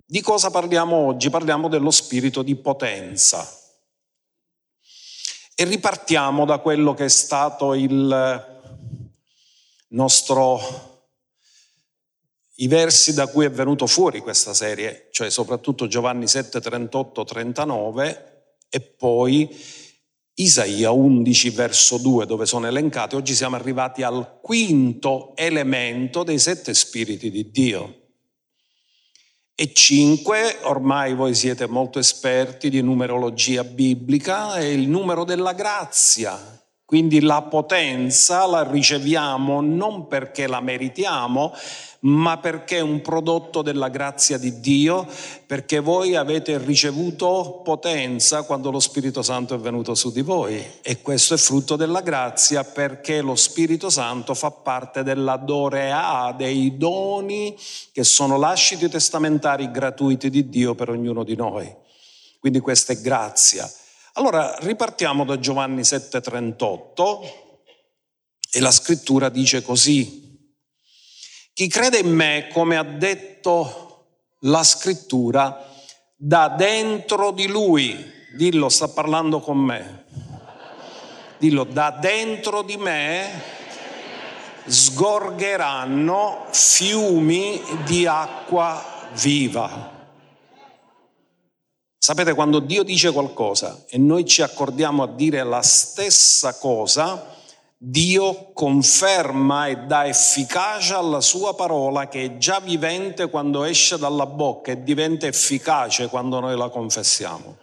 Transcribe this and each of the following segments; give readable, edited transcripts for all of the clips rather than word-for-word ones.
Di cosa parliamo oggi? Parliamo dello spirito di potenza. E ripartiamo da quello che è stato i versi da cui è venuto fuori questa serie, cioè soprattutto Giovanni 7, 38, 39 e poi Isaia 11, verso 2, dove sono elencati. Oggi siamo arrivati al quinto elemento dei 7 spiriti di Dio. E 5, ormai voi siete molto esperti di numerologia biblica, è il numero della grazia. Quindi la potenza la riceviamo non perché la meritiamo, ma perché è un prodotto della grazia di Dio, perché voi avete ricevuto potenza quando lo Spirito Santo è venuto su di voi. E questo è frutto della grazia, perché lo Spirito Santo fa parte della dorea, dei doni che sono lasciti testamentari gratuiti di Dio per ognuno di noi. Quindi questa è grazia. Allora ripartiamo da Giovanni 7,38 e la scrittura dice così: chi crede in me, come ha detto la scrittura, da dentro di lui, dillo, sta parlando con me, dillo, da dentro di me sgorgeranno fiumi di acqua viva. Sapete, quando Dio dice qualcosa e noi ci accordiamo a dire la stessa cosa, Dio conferma e dà efficacia alla sua parola, che è già vivente quando esce dalla bocca e diventa efficace quando noi la confessiamo.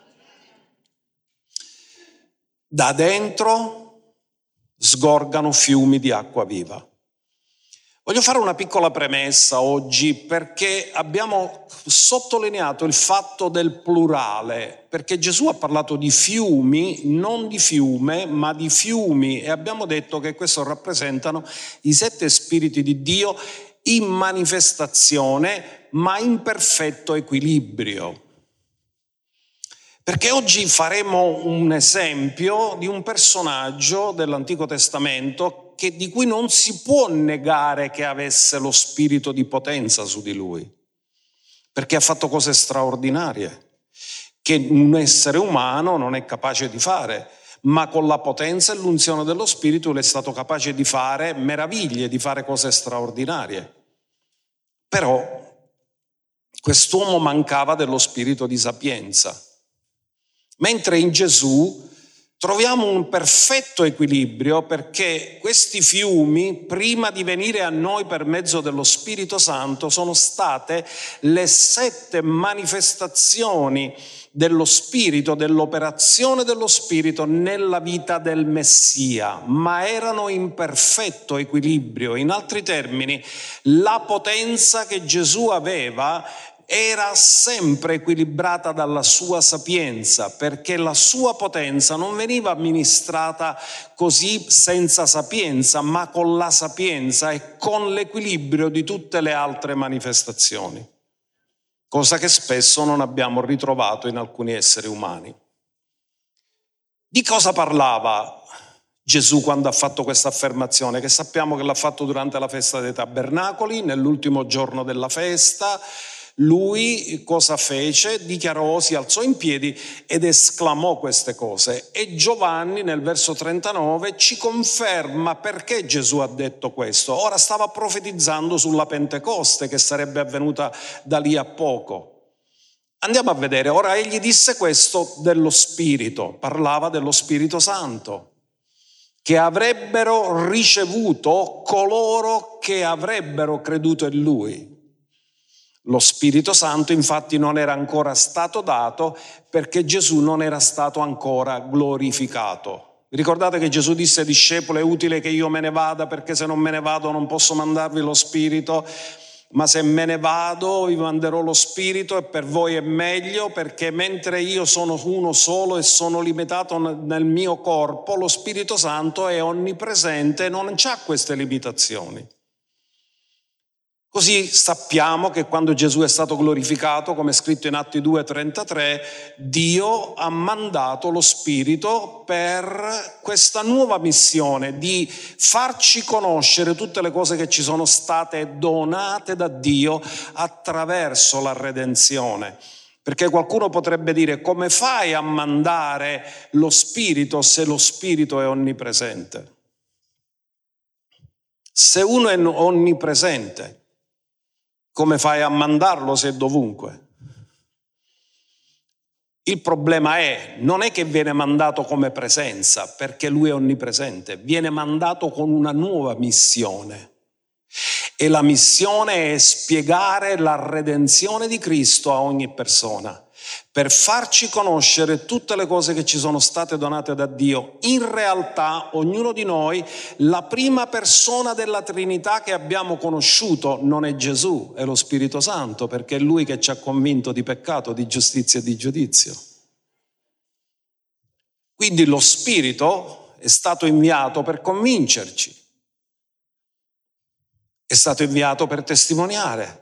Da dentro sgorgano fiumi di acqua viva. Voglio fare una piccola premessa oggi, perché abbiamo sottolineato il fatto del plurale, perché Gesù ha parlato di fiumi, non di fiume, ma di fiumi, e abbiamo detto che questo rappresentano i 7 spiriti di Dio in manifestazione, ma in perfetto equilibrio. Perché oggi faremo un esempio di un personaggio dell'Antico Testamento di cui non si può negare che avesse lo spirito di potenza su di lui, perché ha fatto cose straordinarie che un essere umano non è capace di fare, ma con la potenza e l'unzione dello spirito lui è stato capace di fare meraviglie, di fare cose straordinarie. Però quest'uomo mancava dello spirito di sapienza. Mentre in Gesù troviamo un perfetto equilibrio, perché questi fiumi, prima di venire a noi per mezzo dello Spirito Santo, sono state le 7 manifestazioni dello Spirito, dell'operazione dello Spirito nella vita del Messia, ma erano in perfetto equilibrio. In altri termini, la potenza che Gesù aveva era sempre equilibrata dalla sua sapienza, perché la sua potenza non veniva amministrata così senza sapienza, ma con la sapienza e con l'equilibrio di tutte le altre manifestazioni, cosa che spesso non abbiamo ritrovato in alcuni esseri umani. Di cosa parlava Gesù quando ha fatto questa affermazione? Che sappiamo che l'ha fatto durante la festa dei tabernacoli, nell'ultimo giorno della festa. Lui cosa fece? Dichiarò, si alzò in piedi ed esclamò queste cose. E Giovanni nel verso 39 ci conferma perché Gesù ha detto questo. Ora stava profetizzando sulla Pentecoste, che sarebbe avvenuta da lì a poco. Andiamo a vedere. Ora egli disse questo dello Spirito, parlava dello Spirito Santo, che avrebbero ricevuto coloro che avrebbero creduto in lui. Lo Spirito Santo infatti non era ancora stato dato, perché Gesù non era stato ancora glorificato. Vi ricordate che Gesù disse ai discepoli: è utile che io me ne vada, perché se non me ne vado non posso mandarvi lo Spirito, ma se me ne vado vi manderò lo Spirito, e per voi è meglio, perché mentre io sono uno solo e sono limitato nel mio corpo, lo Spirito Santo è onnipresente e non c'ha queste limitazioni. Così sappiamo che quando Gesù è stato glorificato, come è scritto in Atti 2,33, Dio ha mandato lo Spirito per questa nuova missione di farci conoscere tutte le cose che ci sono state donate da Dio attraverso la redenzione. Perché qualcuno potrebbe dire: come fai a mandare lo Spirito se lo Spirito è onnipresente? Se uno è onnipresente, come fai a mandarlo se è dovunque? Il problema non è che viene mandato come presenza, perché lui è onnipresente, viene mandato con una nuova missione. E la missione è spiegare la redenzione di Cristo a ogni persona, per farci conoscere tutte le cose che ci sono state donate da Dio. In realtà, ognuno di noi, la prima persona della Trinità che abbiamo conosciuto non è Gesù, è lo Spirito Santo, perché è Lui che ci ha convinto di peccato, di giustizia e di giudizio. Quindi lo Spirito è stato inviato per convincerci, è stato inviato per testimoniare.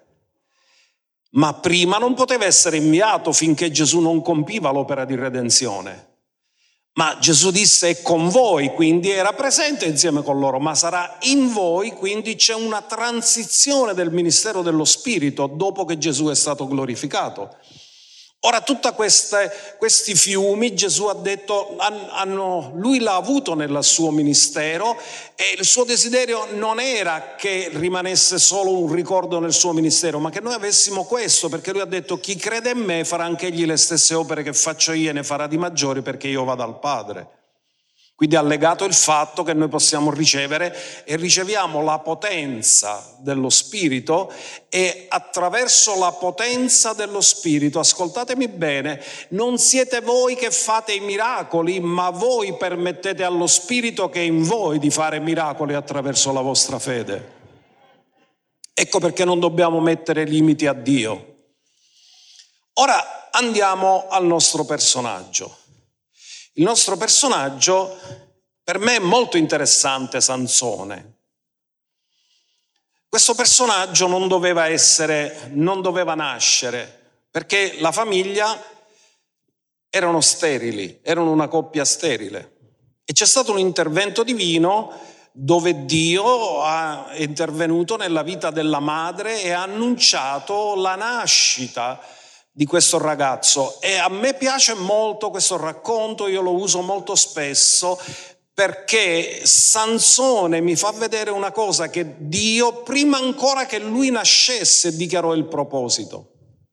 Ma prima non poteva essere inviato finché Gesù non compiva l'opera di redenzione. Ma Gesù disse: è con voi, quindi era presente insieme con loro, ma sarà in voi, quindi c'è una transizione del ministero dello Spirito dopo che Gesù è stato glorificato. Ora, tutti questi fiumi, Gesù ha detto, lui l'ha avuto nel suo ministero, e il suo desiderio non era che rimanesse solo un ricordo nel suo ministero, ma che noi avessimo questo, perché lui ha detto: chi crede in me farà anche egli le stesse opere che faccio io e ne farà di maggiori, perché io vado al Padre. Quindi ha legato il fatto che noi possiamo ricevere e riceviamo la potenza dello Spirito, e attraverso la potenza dello Spirito, ascoltatemi bene, non siete voi che fate i miracoli, ma voi permettete allo Spirito che è in voi di fare miracoli attraverso la vostra fede. Ecco perché non dobbiamo mettere limiti a Dio. Ora andiamo al nostro personaggio. Il nostro personaggio, per me, è molto interessante, Sansone. Questo personaggio non doveva nascere, perché la famiglia erano sterili, erano una coppia sterile. E c'è stato un intervento divino dove Dio è intervenuto nella vita della madre e ha annunciato la nascita di questo ragazzo. E a me piace molto questo racconto, io lo uso molto spesso, perché Sansone mi fa vedere una cosa che Dio, prima ancora che lui nascesse, dichiarò il proposito.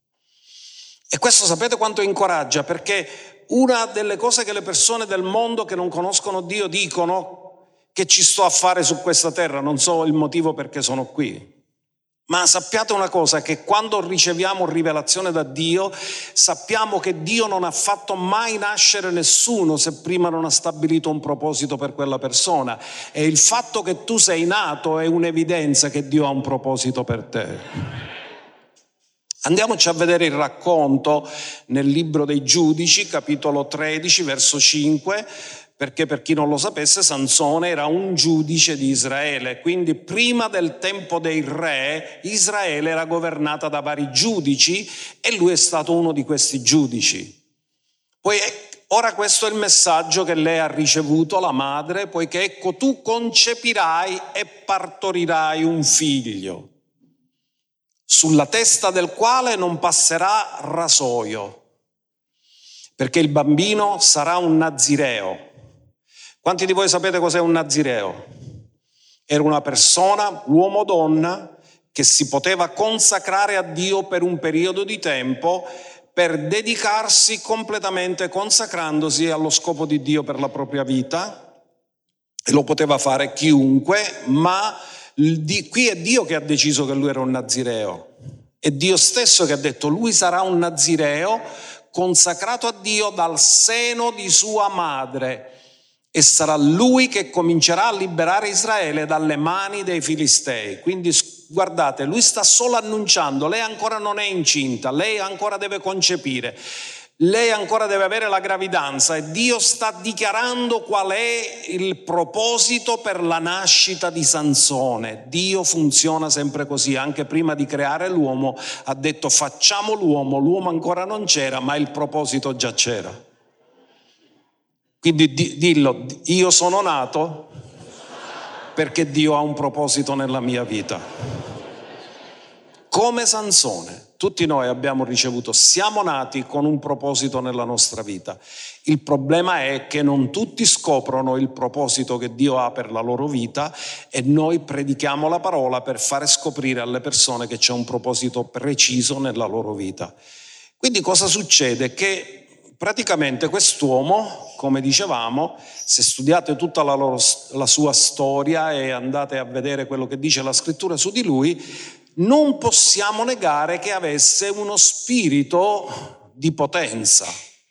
E questo sapete quanto incoraggia? Perché una delle cose che le persone del mondo che non conoscono Dio dicono: che ci sto a fare su questa terra, non so il motivo perché sono qui. Ma sappiate una cosa, che quando riceviamo rivelazione da Dio, sappiamo che Dio non ha fatto mai nascere nessuno se prima non ha stabilito un proposito per quella persona. E il fatto che tu sei nato è un'evidenza che Dio ha un proposito per te. Andiamoci a vedere il racconto nel libro dei Giudici, capitolo 13, verso 5, perché per chi non lo sapesse, Sansone era un giudice di Israele, quindi prima del tempo dei re Israele era governata da vari giudici e lui è stato uno di questi giudici. Poi ora questo è il messaggio che lei ha ricevuto, la madre, poiché ecco tu concepirai e partorirai un figlio, sulla testa del quale non passerà rasoio, perché il bambino sarà un nazireo. Quanti di voi sapete cos'è un nazireo? Era una persona, uomo o donna, che si poteva consacrare a Dio per un periodo di tempo, per dedicarsi completamente, consacrandosi allo scopo di Dio per la propria vita. E lo poteva fare chiunque, ma qui è Dio che ha deciso che lui era un nazireo. È Dio stesso che ha detto: lui sarà un nazireo consacrato a Dio dal seno di sua madre, e sarà lui che comincerà a liberare Israele dalle mani dei Filistei. Quindi guardate, lui sta solo annunciando, lei ancora non è incinta, lei ancora deve concepire. lei ancora deve avere la gravidanza e Dio sta dichiarando qual è il proposito per la nascita di Sansone. Dio funziona sempre così, anche prima di creare l'uomo ha detto facciamo l'uomo ancora non c'era, ma il proposito già c'era. Quindi dillo, io sono nato perché Dio ha un proposito nella mia vita. Come Sansone. Tutti noi abbiamo ricevuto, siamo nati con un proposito nella nostra vita. Il problema è che non tutti scoprono il proposito che Dio ha per la loro vita e noi predichiamo la parola per fare scoprire alle persone che c'è un proposito preciso nella loro vita. Quindi cosa succede? Che praticamente quest'uomo, come dicevamo, se studiate tutta la sua storia e andate a vedere quello che dice la scrittura su di lui, non possiamo negare che avesse uno spirito di potenza,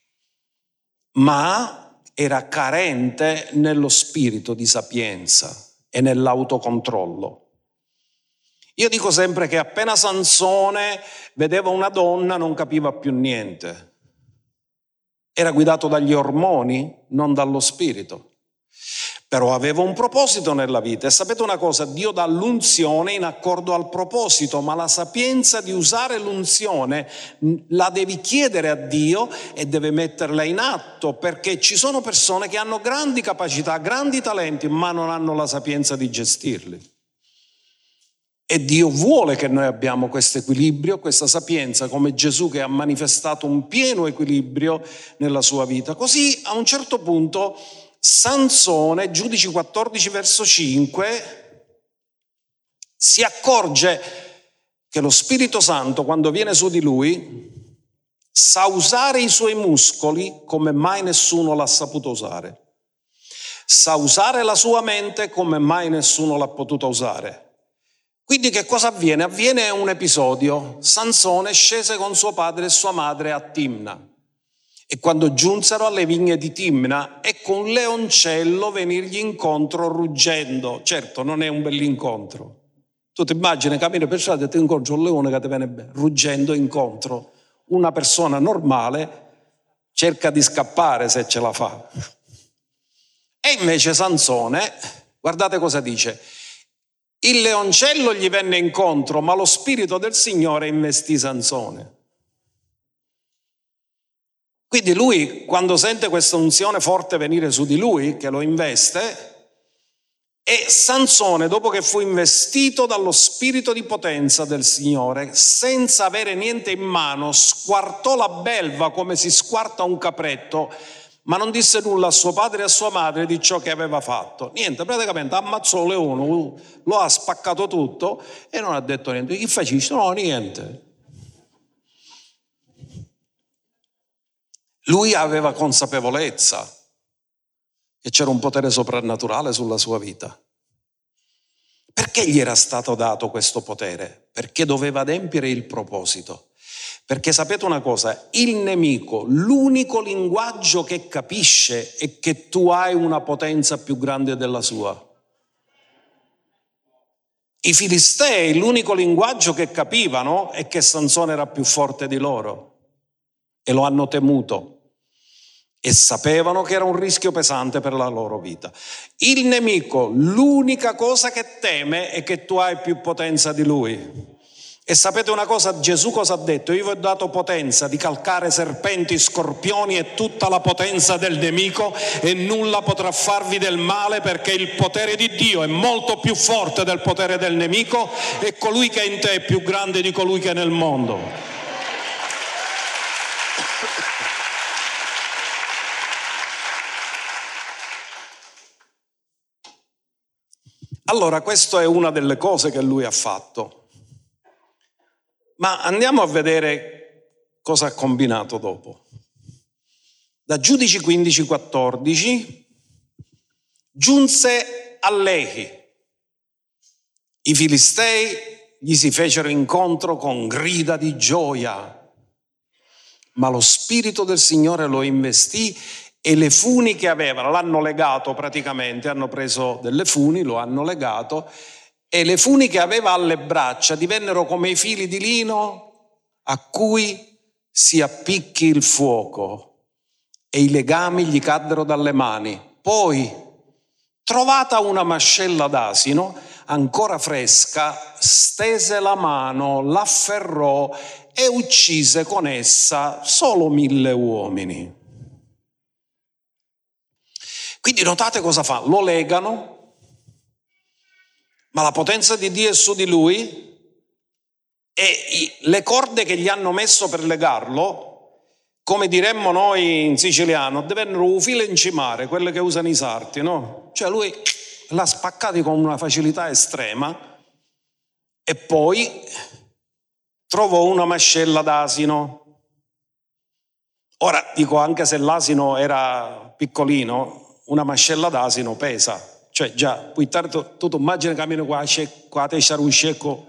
ma era carente nello spirito di sapienza e nell'autocontrollo. Io dico sempre che appena Sansone vedeva una donna non capiva più niente. Era guidato dagli ormoni, non dallo spirito. Però aveva un proposito nella vita e sapete una cosa, Dio dà l'unzione in accordo al proposito, ma la sapienza di usare l'unzione la devi chiedere a Dio e deve metterla in atto, perché ci sono persone che hanno grandi capacità, grandi talenti, ma non hanno la sapienza di gestirli. E Dio vuole che noi abbiamo questo equilibrio, questa sapienza, come Gesù che ha manifestato un pieno equilibrio nella sua vita. Così a un certo punto Sansone, Giudici 14 verso 5, si accorge che lo Spirito Santo, quando viene su di lui, sa usare i suoi muscoli come mai nessuno l'ha saputo usare. Sa usare la sua mente come mai nessuno l'ha potuta usare. Quindi che cosa avviene? Avviene un episodio. Sansone scese con suo padre e sua madre a Timna. E quando giunsero alle vigne di Timna, ecco un leoncello venirgli incontro ruggendo. Certo, non è un bell'incontro. Tu ti immagini, cammini per strada e ti incontri un leone che ti viene ruggendo incontro. Una persona normale cerca di scappare se ce la fa. E invece Sansone, guardate cosa dice. Il leoncello gli venne incontro, ma lo spirito del Signore investì Sansone. Quindi lui, quando sente questa unzione forte venire su di lui, che lo investe, e Sansone, dopo che fu investito dallo spirito di potenza del Signore, senza avere niente in mano, squartò la belva come si squarta un capretto, ma non disse nulla a suo padre e a sua madre di ciò che aveva fatto. Niente, praticamente ammazzò il leone, lo ha spaccato tutto e non ha detto niente. Che faciste? No, niente. Lui aveva consapevolezza che c'era un potere soprannaturale sulla sua vita. Perché gli era stato dato questo potere? Perché doveva adempiere il proposito. Perché sapete una cosa, il nemico, l'unico linguaggio che capisce è che tu hai una potenza più grande della sua. I filistei, l'unico linguaggio che capivano è che Sansone era più forte di loro e lo hanno temuto. E sapevano che era un rischio pesante per la loro vita. Il nemico, l'unica cosa che teme è che tu hai più potenza di lui. E sapete una cosa, Gesù cosa ha detto? Io vi ho dato potenza di calcare serpenti, scorpioni e tutta la potenza del nemico e nulla potrà farvi del male, perché il potere di Dio è molto più forte del potere del nemico e colui che è in te è più grande di colui che è nel mondo. Allora, questa è una delle cose che lui ha fatto. Ma andiamo a vedere cosa ha combinato dopo. Da Giudici 15-14 giunse a Lehi. I filistei gli si fecero incontro con grida di gioia, ma lo spirito del Signore lo investì e le funi che avevano, l'hanno legato praticamente, hanno preso delle funi, lo hanno legato, e le funi che aveva alle braccia divennero come i fili di lino a cui si appicchi il fuoco e i legami gli caddero dalle mani. Poi, trovata una mascella d'asino, ancora fresca, stese la mano, l'afferrò e uccise con essa solo 1000 uomini. Quindi notate cosa fa? Lo legano, ma la potenza di Dio è su di lui e le corde che gli hanno messo per legarlo, come diremmo noi in siciliano, divennero un filo incimare, quelle che usano i sarti, no? Cioè lui l'ha spaccati con una facilità estrema e poi trovò una mascella d'asino. Ora dico, anche se l'asino era piccolino, una mascella d'asino pesa. Cioè già, puoi stare tu immagini cammino qua a testa ruscecco.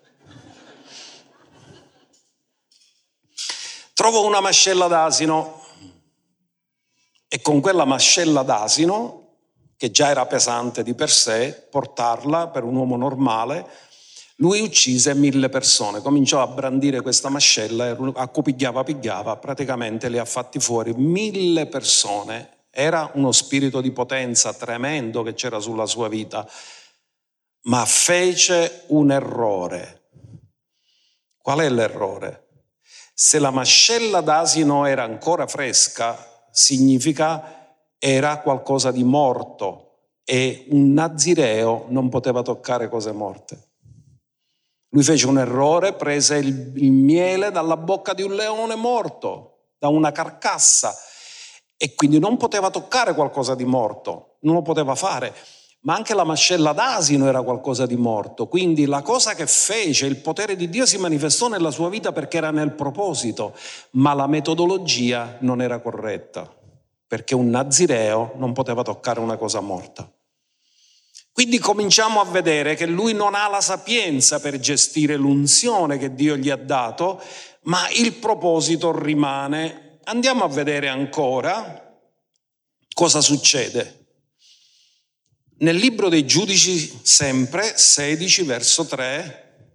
Trovo una mascella d'asino e con quella mascella d'asino, che già era pesante di per sé, portarla per un uomo normale, lui uccise 1000 persone, cominciò a brandire questa mascella e a cui pigliava, praticamente li ha fatti fuori 1000 persone. Era uno spirito di potenza tremendo che c'era sulla sua vita, ma fece un errore. Qual è l'errore? Se la mascella d'asino era ancora fresca, significa era qualcosa di morto e un nazireo non poteva toccare cose morte. Lui fece un errore, prese il miele dalla bocca di un leone morto, da una carcassa, e quindi non poteva toccare qualcosa di morto, non lo poteva fare. Ma anche la mascella d'asino era qualcosa di morto, quindi la cosa che fece, il potere di Dio si manifestò nella sua vita perché era nel proposito, ma la metodologia non era corretta, perché un nazireo non poteva toccare una cosa morta. Quindi cominciamo a vedere che lui non ha la sapienza per gestire l'unzione che Dio gli ha dato, ma il proposito rimane. Andiamo a vedere ancora cosa succede. Nel libro dei Giudici, sempre, 16, verso 3,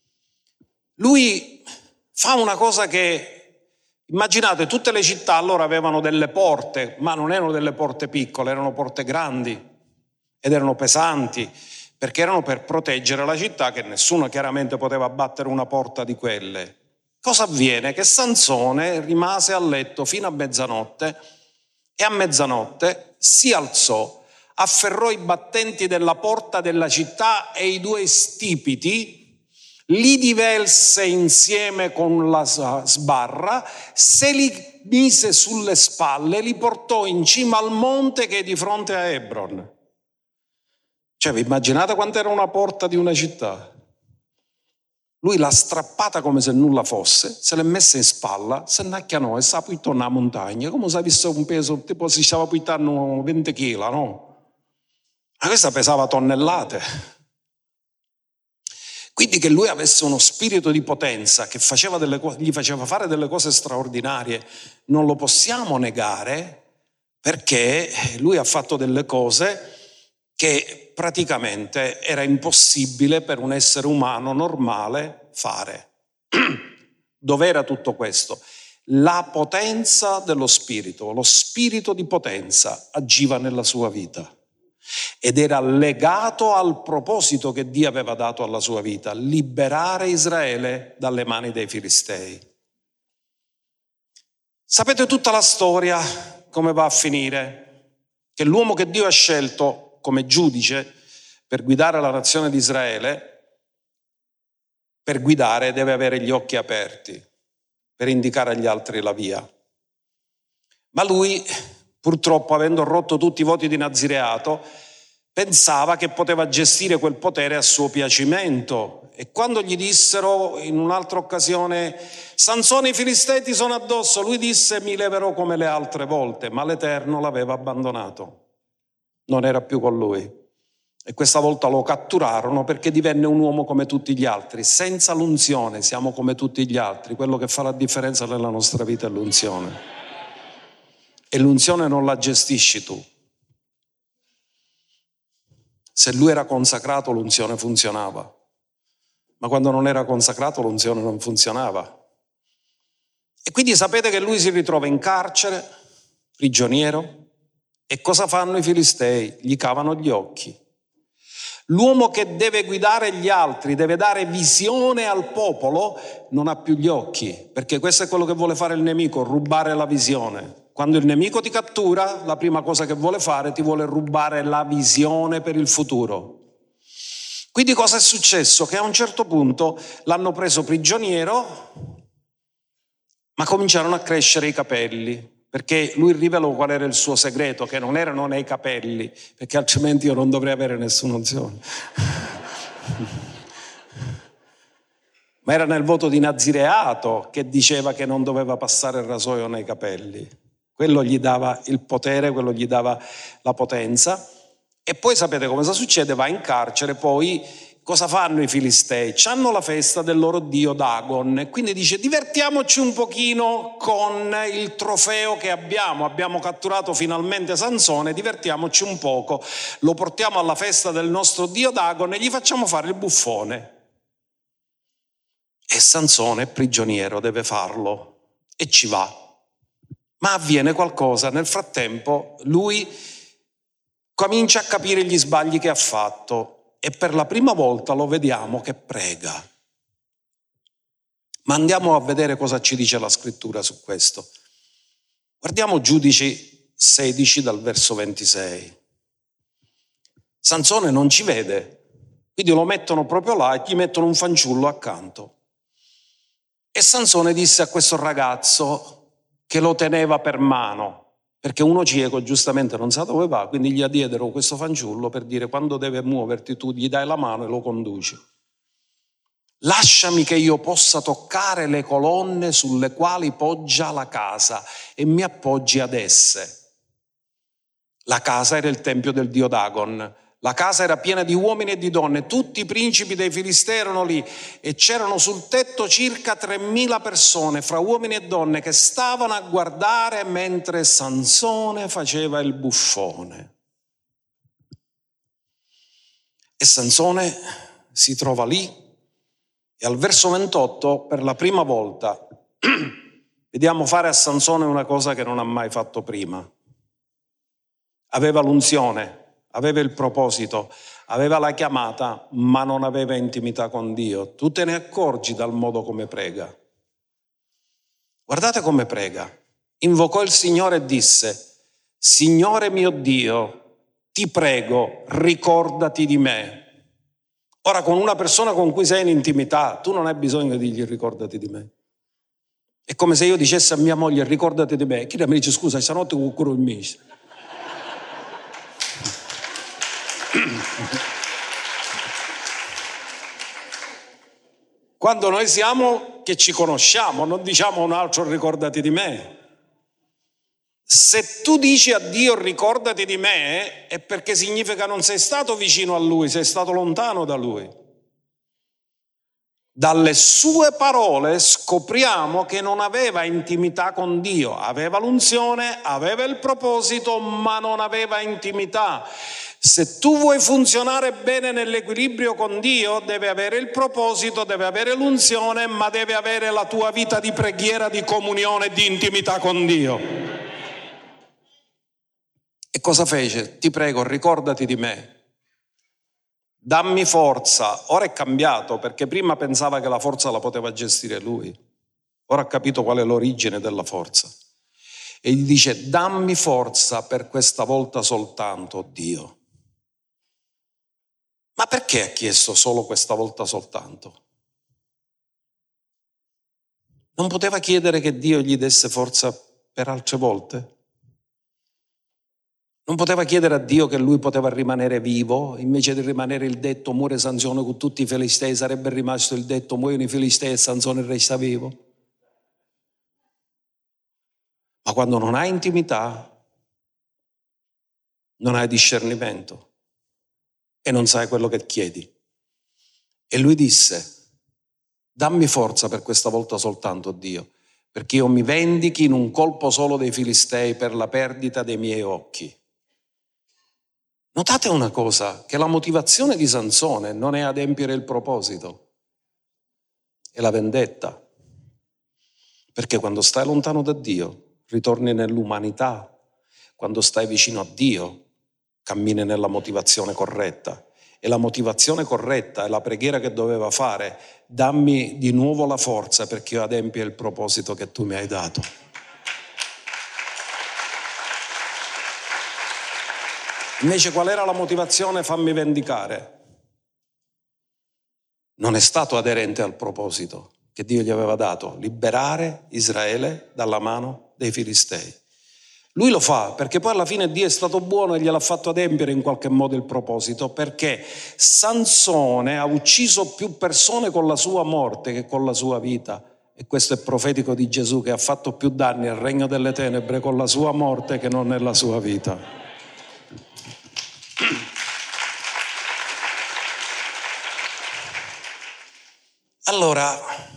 lui fa una cosa che, immaginate, tutte le città allora avevano delle porte, ma non erano delle porte piccole, erano porte grandi ed erano pesanti, perché erano per proteggere la città, che nessuno chiaramente poteva battere una porta di quelle. Cosa avviene? Che Sansone rimase a letto fino a mezzanotte e a mezzanotte si alzò, afferrò i battenti della porta della città e i 2 stipiti, li divelse insieme con la sbarra, se li mise sulle spalle e li portò in cima al monte che è di fronte a Hebron. Cioè, vi immaginate quanto era una porta di una città? Lui l'ha strappata come se nulla fosse, se l'è messa in spalla, se ne acchianò e sa poi tornare a montagna, come se avesse un peso, tipo si stava puntando 20 kg, no? Ma questa pesava tonnellate. Quindi che lui avesse uno spirito di potenza che gli faceva fare delle cose straordinarie, non lo possiamo negare, perché lui ha fatto delle cose che praticamente era impossibile per un essere umano normale fare. Dov'era tutto questo? La potenza dello spirito, lo spirito di potenza agiva nella sua vita ed era legato al proposito che Dio aveva dato alla sua vita, liberare Israele dalle mani dei Filistei. Sapete tutta la storia, come va a finire? Che l'uomo che Dio ha scelto come giudice per guidare la nazione di Israele, per guidare deve avere gli occhi aperti, per indicare agli altri la via. Ma lui, purtroppo, avendo rotto tutti i voti di nazireato, pensava che poteva gestire quel potere a suo piacimento. E quando gli dissero in un'altra occasione: Sansone, i filistei sono addosso, lui disse: mi leverò come le altre volte. Ma l'Eterno l'aveva abbandonato, non era più con lui. E questa volta lo catturarono perché divenne un uomo come tutti gli altri. Senza l'unzione siamo come tutti gli altri. Quello che fa la differenza nella nostra vita è l'unzione. E l'unzione non la gestisci tu. Se lui era consacrato, l'unzione funzionava. Ma quando non era consacrato, l'unzione non funzionava. E quindi sapete che lui si ritrova in carcere, prigioniero, e cosa fanno i filistei? Gli cavano gli occhi. L'uomo che deve guidare gli altri, deve dare visione al popolo, non ha più gli occhi, perché questo è quello che vuole fare il nemico, rubare la visione. Quando il nemico ti cattura, la prima cosa che vuole fare, ti vuole rubare la visione per il futuro. Quindi cosa è successo? Che a un certo punto l'hanno preso prigioniero, ma cominciarono a crescere i capelli, perché lui rivelò qual era il suo segreto, che non erano nei capelli, perché altrimenti io non dovrei avere nessuna unzione. Ma era nel voto di nazireato che diceva che non doveva passare il rasoio nei capelli. Quello gli dava il potere, quello gli dava la potenza. E poi sapete cosa succede? Va in carcere, poi cosa fanno i filistei? C'hanno la festa del loro dio Dagon e quindi dice divertiamoci un pochino con il trofeo che abbiamo catturato finalmente Sansone, divertiamoci un poco, lo portiamo alla festa del nostro dio Dagon e gli facciamo fare il buffone. E Sansone, prigioniero, deve farlo e ci va. Ma avviene qualcosa, nel frattempo lui comincia a capire gli sbagli che ha fatto e per la prima volta lo vediamo che prega. Ma andiamo a vedere cosa ci dice la scrittura su questo. Guardiamo Giudici 16 dal verso 26. Sansone non ci vede, quindi lo mettono proprio là e gli mettono un fanciullo accanto. E Sansone disse a questo ragazzo che lo teneva per mano, perché uno cieco giustamente non sa dove va, quindi gli diedero questo fanciullo per dire quando deve muoverti tu gli dai la mano e lo conduci. Lasciami che io possa toccare le colonne sulle quali poggia la casa e mi appoggi ad esse. La casa era il tempio del dio Dagon. La casa era piena di uomini e di donne, tutti i principi dei Filistei erano lì e c'erano sul tetto circa 3.000 persone, fra uomini e donne, che stavano a guardare mentre Sansone faceva il buffone. E Sansone si trova lì e al verso 28 per la prima volta vediamo fare a Sansone una cosa che non ha mai fatto prima. Aveva l'unzione, aveva il proposito, aveva la chiamata, ma non aveva intimità con Dio. Tu te ne accorgi dal modo come prega. Guardate come prega. Invocò il Signore e disse: Signore mio Dio, ti prego, ricordati di me. Ora, con una persona con cui sei in intimità, tu non hai bisogno di dirgli ricordati di me. È come se io dicessi a mia moglie ricordati di me. Chi mi dice scusa, stanotte curo il mese. Quando noi siamo che ci conosciamo, non diciamo a un altro ricordati di me. Se tu dici a Dio ricordati di me, è perché significa non sei stato vicino a Lui, sei stato lontano da Lui. Dalle sue parole scopriamo che non aveva intimità con Dio, aveva l'unzione, aveva il proposito, ma non aveva intimità. Se tu vuoi funzionare bene nell'equilibrio con Dio, deve avere il proposito, deve avere l'unzione, ma deve avere la tua vita di preghiera, di comunione e di intimità con Dio. E cosa fece? Ti prego, ricordati di me. Dammi forza. Ora è cambiato, perché prima pensava che la forza la poteva gestire lui. Ora ha capito qual è l'origine della forza. E gli dice: dammi forza per questa volta soltanto, Dio. Ma perché ha chiesto solo questa volta soltanto? Non poteva chiedere che Dio gli desse forza per altre volte? Non poteva chiedere a Dio che lui poteva rimanere vivo, invece di rimanere il detto muore Sansone con tutti i Filistei, sarebbe rimasto il detto muoiono i Filistei e Sansone resta vivo? Ma quando non hai intimità, non hai discernimento e non sai quello che chiedi. E lui disse: dammi forza per questa volta soltanto, Dio, perché io mi vendichi in un colpo solo dei Filistei per la perdita dei miei occhi. Notate una cosa, che la motivazione di Sansone non è adempiere il proposito, è la vendetta. Perché quando stai lontano da Dio, ritorni nell'umanità. Quando stai vicino a Dio, cammini nella motivazione corretta. E la motivazione corretta è la preghiera che doveva fare: dammi di nuovo la forza perché io adempia il proposito che tu mi hai dato. Invece qual era la motivazione? Fammi vendicare. Non è stato aderente al proposito che Dio gli aveva dato: liberare Israele dalla mano dei Filistei. Lui lo fa perché poi alla fine Dio è stato buono e gliel'ha fatto adempiere in qualche modo il proposito, perché Sansone ha ucciso più persone con la sua morte che con la sua vita. E questo è profetico di Gesù, che ha fatto più danni al regno delle tenebre con la sua morte che non nella sua vita. Allora,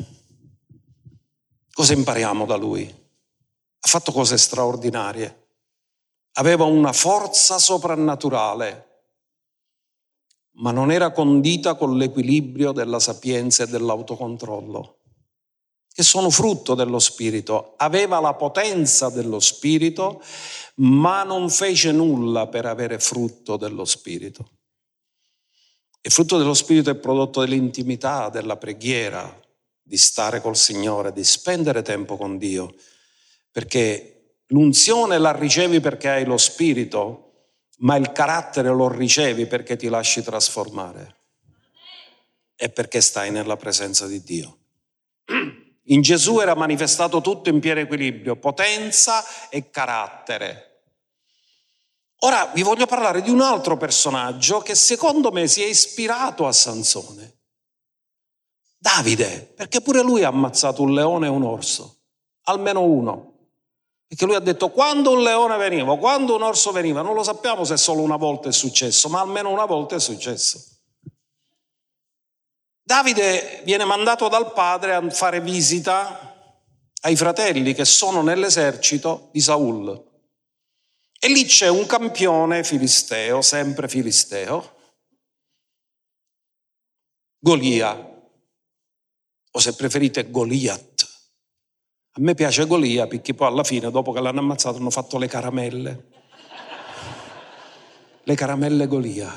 cosa impariamo da lui? Ha fatto cose straordinarie, aveva una forza soprannaturale, ma non era condita con l'equilibrio della sapienza e dell'autocontrollo, che sono frutto dello Spirito. Aveva la potenza dello Spirito, ma non fece nulla per avere frutto dello Spirito. Il frutto dello Spirito è prodotto dell'intimità, della preghiera, di stare col Signore, di spendere tempo con Dio, perché l'unzione la ricevi perché hai lo Spirito, ma il carattere lo ricevi perché ti lasci trasformare e perché stai nella presenza di Dio. In Gesù era manifestato tutto in pieno equilibrio, potenza e carattere. Ora vi voglio parlare di un altro personaggio che secondo me si è ispirato a Sansone. Davide, perché pure lui ha ammazzato un leone e un orso, almeno uno. Perché lui ha detto: quando un leone veniva, quando un orso veniva, non lo sappiamo se solo una volta è successo, ma almeno una volta è successo. Davide viene mandato dal padre a fare visita ai fratelli che sono nell'esercito di Saul. E lì c'è un campione filisteo, sempre filisteo, Golia, o se preferite Goliat. A me piace Golia perché poi alla fine, dopo che l'hanno ammazzato, hanno fatto le caramelle. Le caramelle Golia.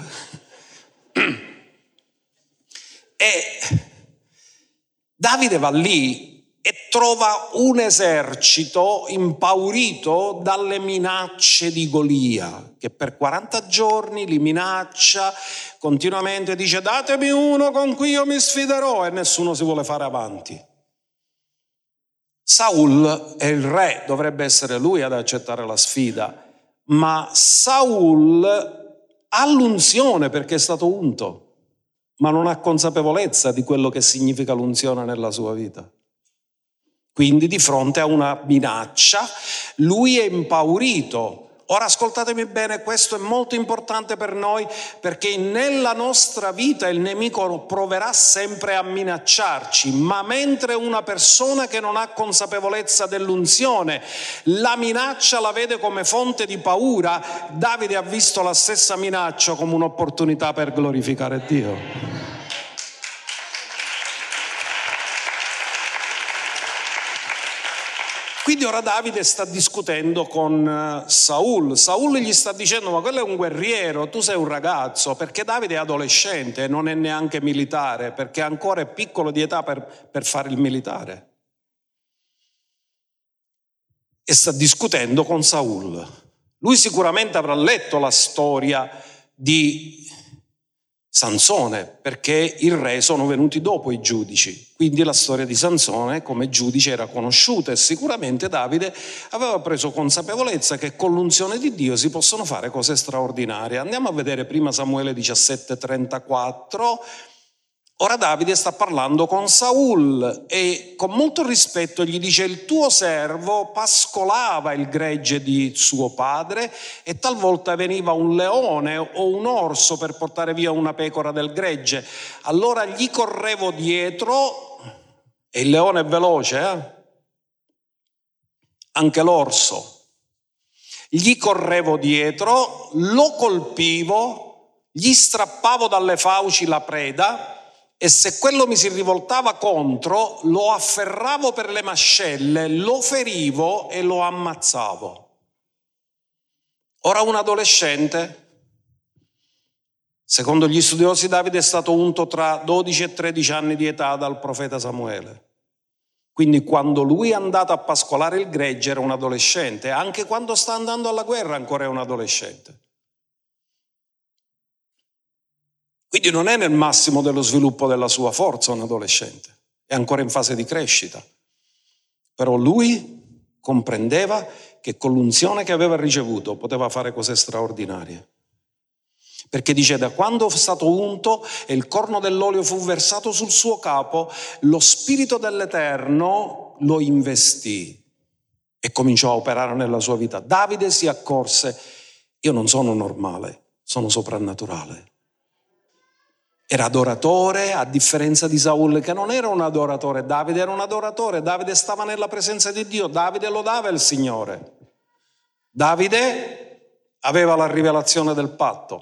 E Davide va lì e trova un esercito impaurito dalle minacce di Golia, che per 40 giorni li minaccia continuamente, dice: datemi uno con cui io mi sfiderò, e nessuno si vuole fare avanti. Saul è il re, dovrebbe essere lui ad accettare la sfida, ma Saul ha l'unzione perché è stato unto, ma non ha consapevolezza di quello che significa l'unzione nella sua vita. Quindi di fronte a una minaccia lui è impaurito. Ora ascoltatemi bene, questo è molto importante per noi, perché nella nostra vita il nemico proverà sempre a minacciarci, ma mentre una persona che non ha consapevolezza dell'unzione la minaccia la vede come fonte di paura, Davide ha visto la stessa minaccia come un'opportunità per glorificare Dio. Quindi ora Davide sta discutendo con Saul. Saul gli sta dicendo: ma quello è un guerriero, tu sei un ragazzo, perché Davide è adolescente, non è neanche militare, perché ancora è piccolo di età per fare il militare. E sta discutendo con Saul. Lui sicuramente avrà letto la storia di Sansone, perché il re sono venuti dopo i giudici, quindi la storia di Sansone come giudice era conosciuta, e sicuramente Davide aveva preso consapevolezza che con l'unzione di Dio si possono fare cose straordinarie. Andiamo a vedere prima Samuele 17:34. Ora Davide sta parlando con Saul e con molto rispetto gli dice: il tuo servo pascolava il gregge di suo padre e talvolta veniva un leone o un orso per portare via una pecora del gregge. Allora gli correvo dietro, e il leone è veloce, anche l'orso. Gli correvo dietro, lo colpivo, gli strappavo dalle fauci la preda e se quello mi si rivoltava contro, lo afferravo per le mascelle, lo ferivo e lo ammazzavo. Ora un adolescente, secondo gli studiosi, Davide è stato unto tra 12 e 13 anni di età dal profeta Samuele. Quindi quando lui è andato a pascolare il gregge era un adolescente, anche quando sta andando alla guerra ancora è un adolescente. Quindi non è nel massimo dello sviluppo della sua forza un adolescente, è ancora in fase di crescita. Però lui comprendeva che con l'unzione che aveva ricevuto poteva fare cose straordinarie. Perché dice, da quando è stato unto e il corno dell'olio fu versato sul suo capo, lo Spirito dell'Eterno lo investì e cominciò a operare nella sua vita. Davide si accorse, io non sono normale, sono soprannaturale. Era adoratore, a differenza di Saul, che non era un adoratore. Davide era un adoratore, Davide stava nella presenza di Dio, Davide lodava il Signore. Davide aveva la rivelazione del patto.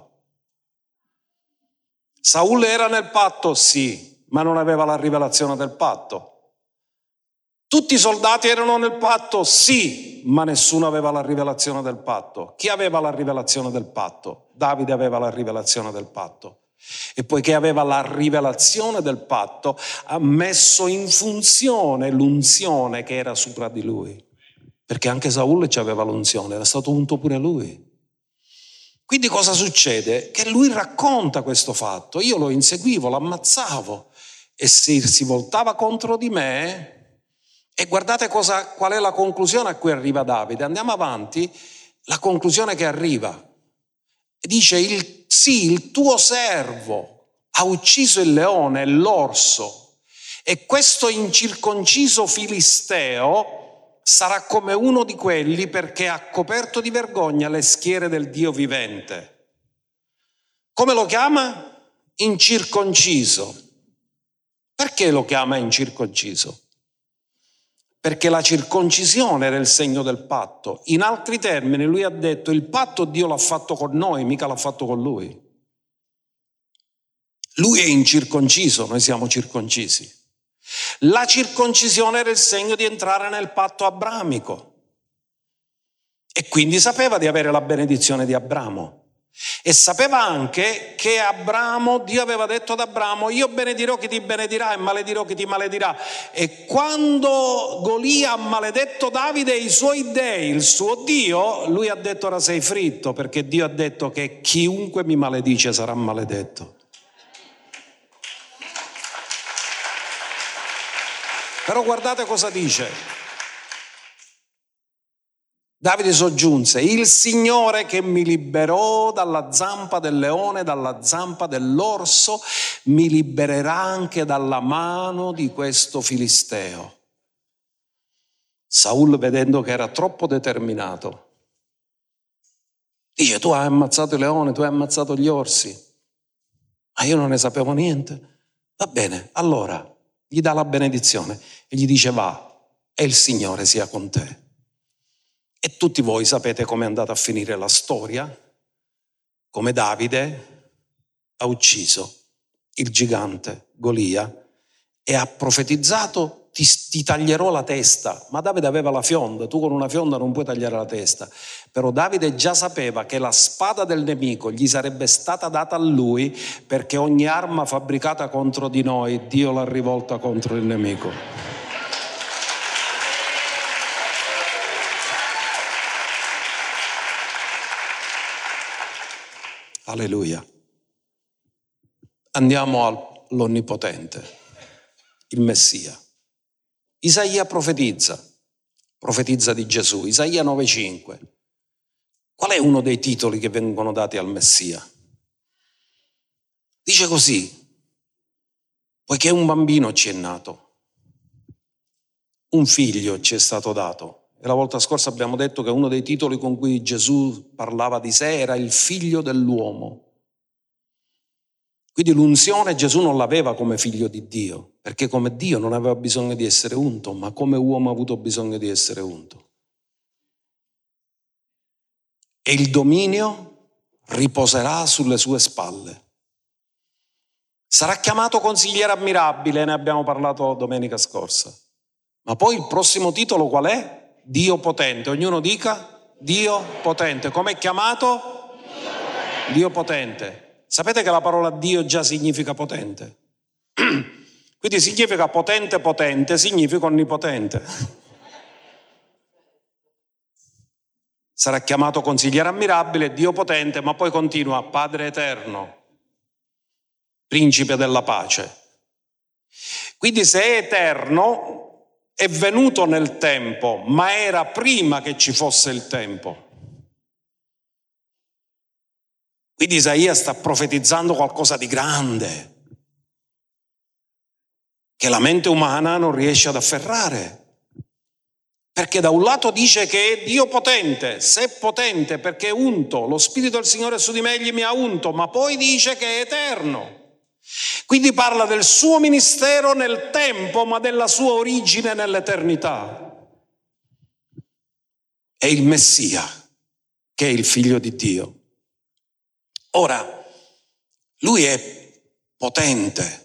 Saul era nel patto, sì, ma non aveva la rivelazione del patto. Tutti i soldati erano nel patto, sì, ma nessuno aveva la rivelazione del patto. Chi aveva la rivelazione del patto? Davide aveva la rivelazione del patto. E poiché aveva la rivelazione del patto, ha messo in funzione l'unzione che era sopra di lui. Perché anche Saul aveva l'unzione, era stato unto pure lui. Quindi cosa succede? Che lui racconta questo fatto. Io lo inseguivo, lo ammazzavo e se si voltava contro di me. E guardate qual è la conclusione a cui arriva Davide. Andiamo avanti, la conclusione che arriva. Dice, il tuo servo ha ucciso il leone e l'orso e questo incirconciso filisteo sarà come uno di quelli perché ha coperto di vergogna le schiere del Dio vivente. Come lo chiama? Incirconciso. Perché lo chiama incirconciso? Perché la circoncisione era il segno del patto. In altri termini, lui ha detto, il patto Dio l'ha fatto con noi, mica l'ha fatto con lui. Lui è incirconciso, noi siamo circoncisi. La circoncisione era il segno di entrare nel patto abramico. E quindi sapeva di avere la benedizione di Abramo. E sapeva anche che Abramo, Dio aveva detto ad Abramo, io benedirò chi ti benedirà e maledirò chi ti maledirà. E quando Golia ha maledetto Davide e i suoi dei, il suo Dio, lui ha detto ora sei fritto, perché Dio ha detto che chiunque mi maledice sarà maledetto. Però guardate cosa dice. Davide soggiunse, il Signore che mi liberò dalla zampa del leone, dalla zampa dell'orso, mi libererà anche dalla mano di questo filisteo. Saul, vedendo che era troppo determinato, dice, tu hai ammazzato il leone, tu hai ammazzato gli orsi, ma io non ne sapevo niente. Va bene, allora gli dà la benedizione e gli dice va e il Signore sia con te. E tutti voi sapete come è andata a finire la storia, come Davide ha ucciso il gigante Golia e ha profetizzato ti taglierò la testa, ma Davide aveva la fionda, tu con una fionda non puoi tagliare la testa, però Davide già sapeva che la spada del nemico gli sarebbe stata data a lui perché ogni arma fabbricata contro di noi Dio l'ha rivolta contro il nemico. Alleluia. Andiamo all'Onnipotente, il Messia. Isaia profetizza di Gesù, Isaia 9,5. Qual è uno dei titoli che vengono dati al Messia? Dice così, poiché un bambino ci è nato, un figlio ci è stato dato. E la volta scorsa abbiamo detto che uno dei titoli con cui Gesù parlava di sé era il figlio dell'uomo. Quindi l'unzione Gesù non l'aveva come figlio di Dio, perché come Dio non aveva bisogno di essere unto, ma come uomo ha avuto bisogno di essere unto. E il dominio riposerà sulle sue spalle. Sarà chiamato consigliere ammirabile, ne abbiamo parlato domenica scorsa. Ma poi il prossimo titolo qual è? Dio potente. Ognuno dica Dio potente. Com'è chiamato? Dio potente. Sapete che la parola Dio già significa potente? Quindi significa potente, potente, significa onnipotente. Sarà chiamato consigliere ammirabile, Dio potente, ma poi continua, Padre eterno, principe della pace. Quindi se è eterno, è venuto nel tempo, ma era prima che ci fosse il tempo. Quindi Isaia sta profetizzando qualcosa di grande, che la mente umana non riesce ad afferrare. Perché da un lato dice che è Dio potente, se è potente perché è unto, lo Spirito del Signore su di me egli mi ha unto, ma poi dice che è eterno. Quindi parla del suo ministero nel tempo, ma della sua origine nell'eternità. È il Messia, che è il Figlio di Dio. Ora, lui è potente.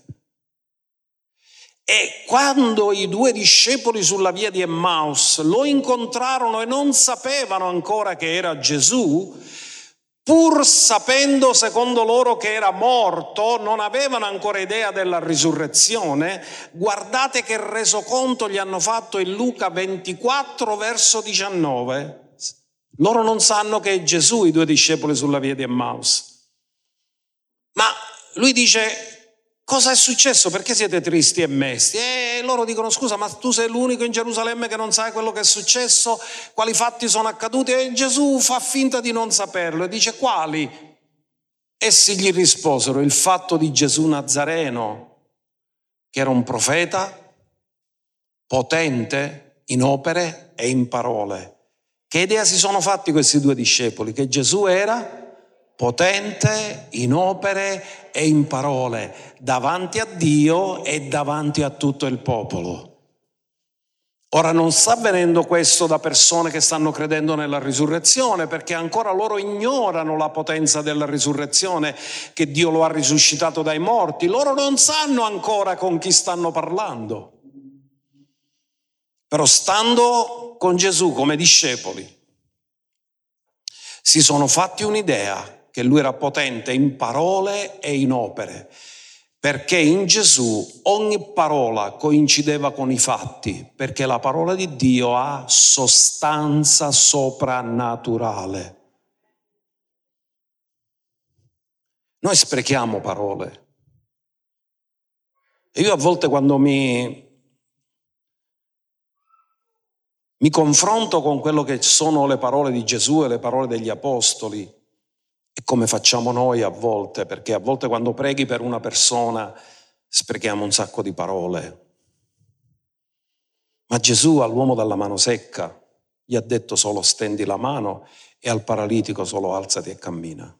E quando i due discepoli sulla via di Emmaus lo incontrarono e non sapevano ancora che era Gesù, pur sapendo secondo loro che era morto, non avevano ancora idea della risurrezione, guardate che resoconto gli hanno fatto in Luca 24 verso 19. Loro non sanno che è Gesù, i due discepoli sulla via di Emmaus. Ma lui dice: cosa è successo? Perché siete tristi e mesti? E loro dicono: scusa, ma tu sei l'unico in Gerusalemme che non sai quello che è successo? Quali fatti sono accaduti? E Gesù fa finta di non saperlo e dice: quali? Essi gli risposero: il fatto di Gesù Nazareno, che era un profeta, potente in opere e in parole. Che idea si sono fatti questi due discepoli? Che Gesù era potente in opere e in parole, davanti a Dio e davanti a tutto il popolo. Ora non sta avvenendo questo da persone che stanno credendo nella risurrezione, perché ancora loro ignorano la potenza della risurrezione, che Dio lo ha risuscitato dai morti. Loro non sanno ancora con chi stanno parlando. Però stando con Gesù come discepoli, si sono fatti un'idea che lui era potente in parole e in opere, perché in Gesù ogni parola coincideva con i fatti, perché la parola di Dio ha sostanza soprannaturale. Noi sprechiamo parole. E io a volte quando mi confronto con quello che sono le parole di Gesù e le parole degli apostoli, e come facciamo noi a volte, perché a volte quando preghi per una persona sprechiamo un sacco di parole. Ma Gesù all'uomo dalla mano secca gli ha detto solo stendi la mano, e al paralitico solo alzati e cammina.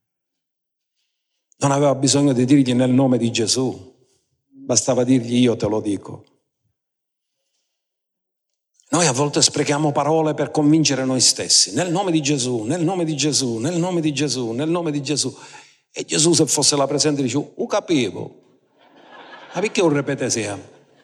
Non aveva bisogno di dirgli nel nome di Gesù, bastava dirgli io te lo dico. Noi a volte sprechiamo parole per convincere noi stessi, nel nome di Gesù, nel nome di Gesù, nel nome di Gesù, nel nome di Gesù. E Gesù, se fosse là presente, dice: capivo, ma perché un ripete sia?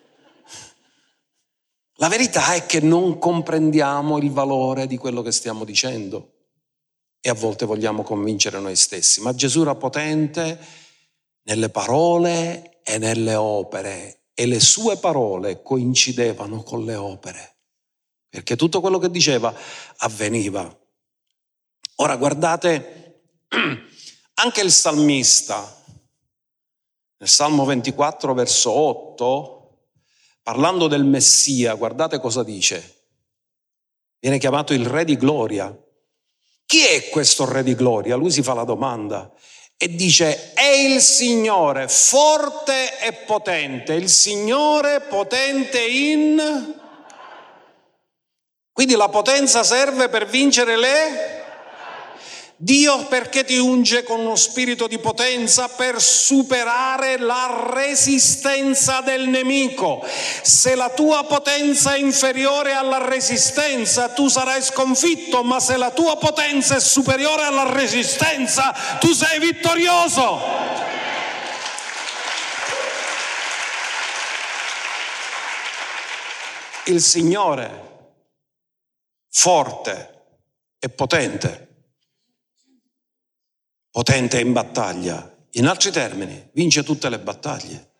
La verità è che non comprendiamo il valore di quello che stiamo dicendo e a volte vogliamo convincere noi stessi. Ma Gesù era potente nelle parole e nelle opere, e le sue parole coincidevano con le opere, perché tutto quello che diceva avveniva. Ora guardate, anche il salmista, nel Salmo 24 verso 8, parlando del Messia, guardate cosa dice. Viene chiamato il Re di Gloria. Chi è questo Re di Gloria? Lui si fa la domanda e dice: è il Signore forte e potente, il Signore potente in... Quindi la potenza serve per vincere le... Dio perché ti unge con uno spirito di potenza? Per superare la resistenza del nemico. Se la tua potenza è inferiore alla resistenza, tu sarai sconfitto, ma se la tua potenza è superiore alla resistenza, tu sei vittorioso. il Signore forte e potente in battaglia. In altri termini, vince tutte le battaglie.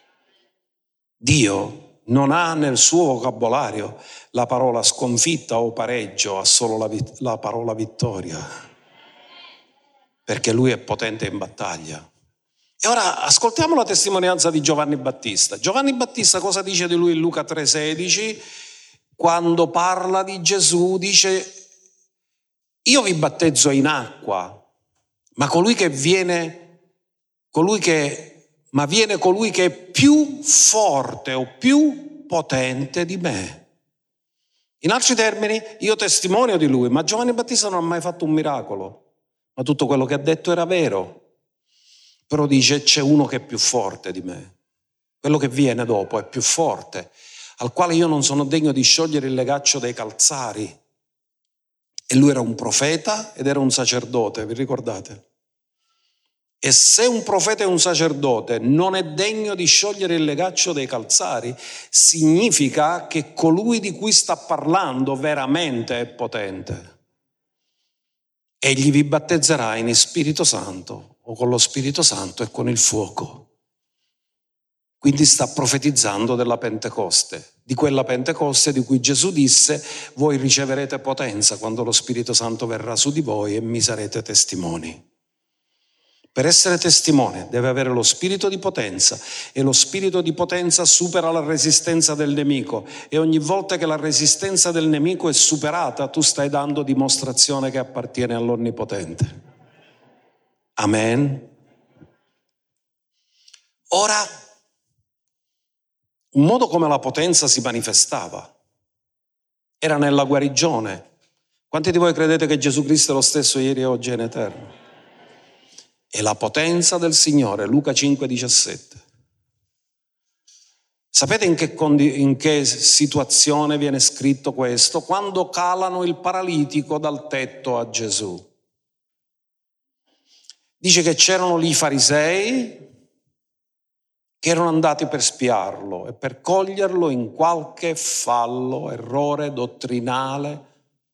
Dio non ha nel suo vocabolario la parola sconfitta o pareggio, ha solo la parola vittoria, perché Lui è potente in battaglia. E ora ascoltiamo la testimonianza di Giovanni Battista. Giovanni Battista cosa dice di lui in Luca 3,16? Quando parla di Gesù dice: io vi battezzo in acqua, ma viene colui che è più forte o più potente di me. In altri termini, io testimonio di lui, ma Giovanni Battista non ha mai fatto un miracolo, ma tutto quello che ha detto era vero. Però dice: c'è uno che è più forte di me, quello che viene dopo è più forte, al quale io non sono degno di sciogliere il legaccio dei calzari. E lui era un profeta ed era un sacerdote, vi ricordate? E se un profeta e un sacerdote non è degno di sciogliere il legaccio dei calzari, significa che colui di cui sta parlando veramente è potente. Egli vi battezzerà in Spirito Santo o con lo Spirito Santo e con il fuoco. Quindi sta profetizzando della Pentecoste, di quella Pentecoste di cui Gesù disse: voi riceverete potenza quando lo Spirito Santo verrà su di voi e mi sarete testimoni. Per essere testimone deve avere lo spirito di potenza, e lo spirito di potenza supera la resistenza del nemico, e ogni volta che la resistenza del nemico è superata tu stai dando dimostrazione che appartiene all'Onnipotente. Amen. Ora, un modo come la potenza si manifestava era nella guarigione. Quanti di voi credete che Gesù Cristo è lo stesso ieri e oggi e in eterno? E la potenza del Signore, Luca 5,17. Sapete in che situazione viene scritto questo? Quando calano il paralitico dal tetto a Gesù. Dice che c'erano lì i farisei che erano andati per spiarlo e per coglierlo in qualche fallo, errore dottrinale.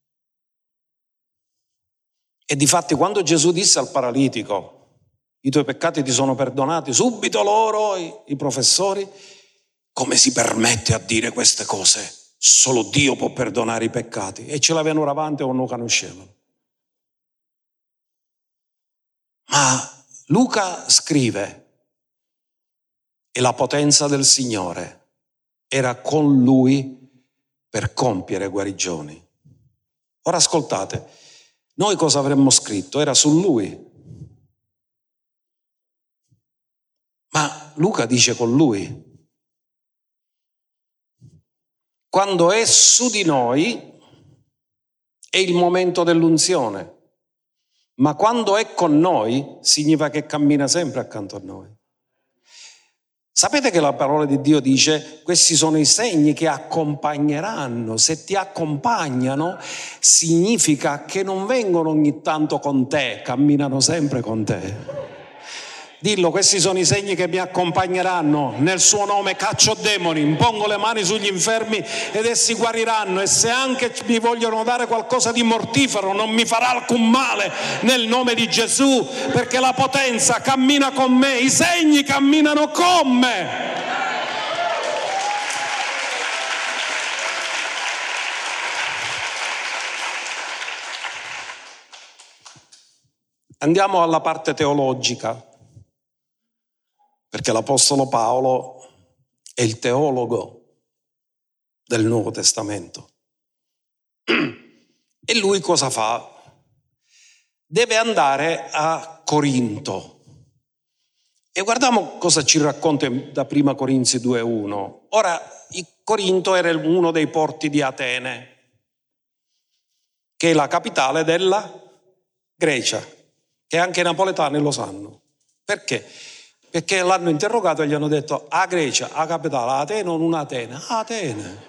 E difatti quando Gesù disse al paralitico: i tuoi peccati ti sono perdonati, subito loro, i professori: come si permette a dire queste cose? Solo Dio può perdonare i peccati. E ce l'avevano davanti o non conoscevano. Ma Luca scrive: e la potenza del Signore era con lui per compiere guarigioni. Ora ascoltate, noi cosa avremmo scritto? Era su lui. Ma Luca dice con lui. Quando è su di noi è il momento dell'unzione, ma quando è con noi significa che cammina sempre accanto a noi. Sapete che la parola di Dio dice: questi sono i segni che accompagneranno. Se ti accompagnano significa che non vengono ogni tanto con te, camminano sempre con te. Dillo: questi sono i segni che mi accompagneranno, nel suo nome caccio demoni, impongo le mani sugli infermi ed essi guariranno, e se anche mi vogliono dare qualcosa di mortifero non mi farà alcun male, nel nome di Gesù, perché la potenza cammina con me, i segni camminano con me. Andiamo alla parte teologica, perché l'Apostolo Paolo è il teologo del Nuovo Testamento. E lui cosa fa? Deve andare a Corinto. E guardiamo cosa ci racconta da Prima Corinzi 2,1. Ora, Corinto era uno dei porti di Atene, che è la capitale della Grecia, che anche i napoletani lo sanno. Perché? Perché l'hanno interrogato e gli hanno detto: a Grecia, a capitale, Atene o non Atene? Atene.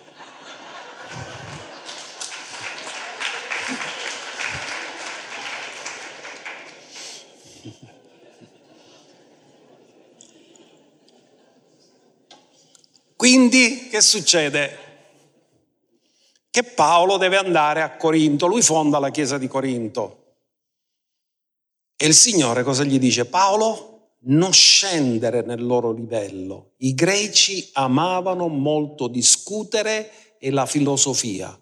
Quindi che succede? che Paolo deve andare a Corinto. Lui fonda la chiesa di Corinto. E il Signore cosa gli dice? Paolo, non scendere nel loro livello. I greci amavano molto discutere e la filosofia.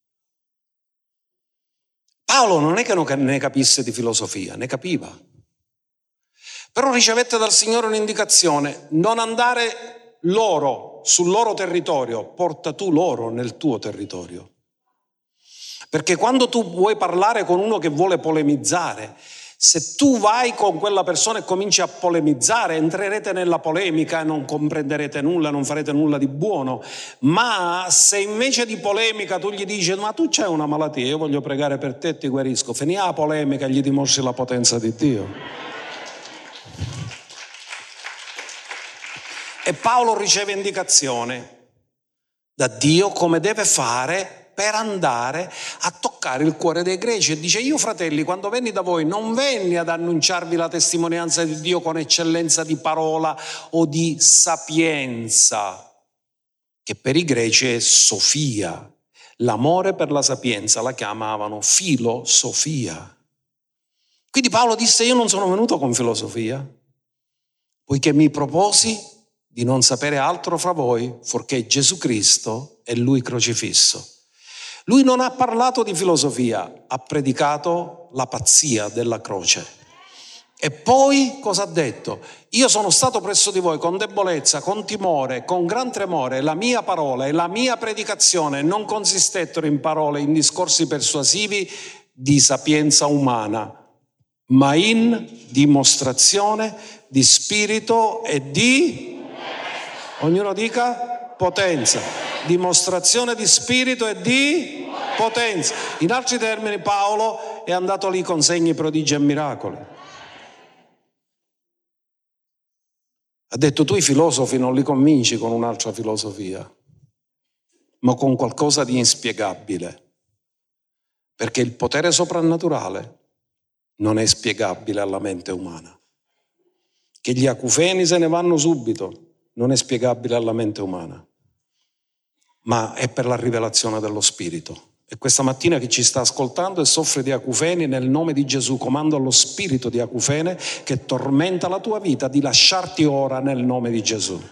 Paolo non è che non ne capisse di filosofia, ne capiva. Però ricevette dal Signore un'indicazione: non andare loro sul loro territorio, porta tu loro nel tuo territorio. Perché quando tu vuoi parlare con uno che vuole polemizzare, se tu vai con quella persona e cominci a polemizzare, entrerete nella polemica e non comprenderete nulla, non farete nulla di buono. Ma se invece di polemica tu gli dici: ma tu c'hai una malattia, io voglio pregare per te e ti guarisco, finì la polemica e gli dimostri la potenza di Dio. E Paolo riceve indicazione da Dio come deve fare per andare a toccare il cuore dei greci, e dice: io fratelli, quando venni da voi non venni ad annunciarvi la testimonianza di Dio con eccellenza di parola o di sapienza, che per i greci è sofia. L'amore per la sapienza la chiamavano filosofia. Quindi Paolo disse: io non sono venuto con filosofia, poiché mi proposi di non sapere altro fra voi fuorché Gesù Cristo e Lui crocifisso. Lui non ha parlato di filosofia, ha predicato la pazzia della croce. E poi cosa ha detto? Io sono stato presso di voi con debolezza, con timore, con gran tremore. La mia parola e la mia predicazione non consistettero in parole, in discorsi persuasivi di sapienza umana, ma in dimostrazione di spirito e di, ognuno dica, potenza. Dimostrazione di spirito e di potenza. In altri termini, Paolo è andato lì con segni, prodigi e miracoli. Ha detto: tu i filosofi non li convinci con un'altra filosofia, ma con qualcosa di inspiegabile, perché il potere soprannaturale non è spiegabile alla mente umana. Che gli acufeni se ne vanno subito non è spiegabile alla mente umana, ma è per la rivelazione dello Spirito. E questa mattina chi ci sta ascoltando e soffre di acufeni, nel nome di Gesù comando allo spirito di acufene che tormenta la tua vita di lasciarti ora nel nome di Gesù.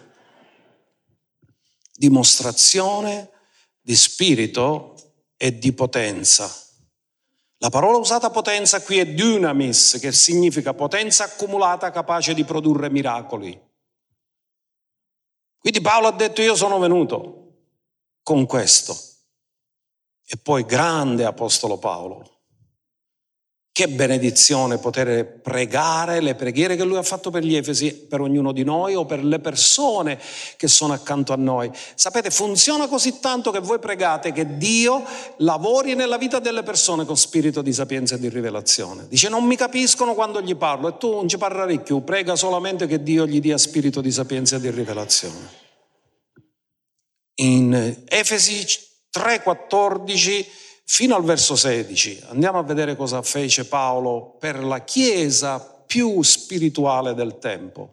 Dimostrazione di spirito e di potenza. La parola usata potenza qui è dunamis, che significa potenza accumulata capace di produrre miracoli. Quindi Paolo ha detto: io sono venuto con questo. E poi grande apostolo Paolo. Che benedizione poter pregare le preghiere che lui ha fatto per gli Efesi, per ognuno di noi o per le persone che sono accanto a noi. Sapete, funziona così tanto che voi pregate che Dio lavori nella vita delle persone con spirito di sapienza e di rivelazione. Dice: non mi capiscono quando gli parlo, e tu non ci parlerai più, prega solamente che Dio gli dia spirito di sapienza e di rivelazione. In Efesi 3,14 fino al verso 16 andiamo a vedere cosa fece Paolo per la chiesa più spirituale del tempo.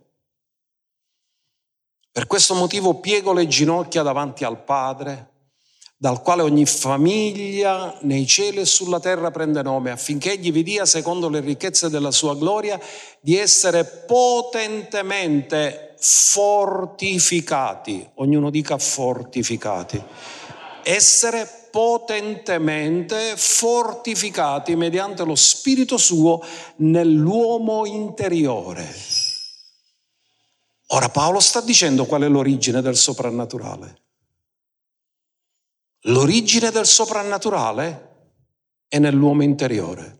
Per questo motivo piego le ginocchia davanti al Padre, dal quale ogni famiglia nei cieli e sulla terra prende nome, affinché egli vi dia, secondo le ricchezze della sua gloria, di essere potentemente fortificati. Ognuno dica fortificati. Essere potentemente fortificati mediante lo Spirito suo nell'uomo interiore. Ora Paolo sta dicendo qual è l'origine del soprannaturale. L'origine del soprannaturale è nell'uomo interiore.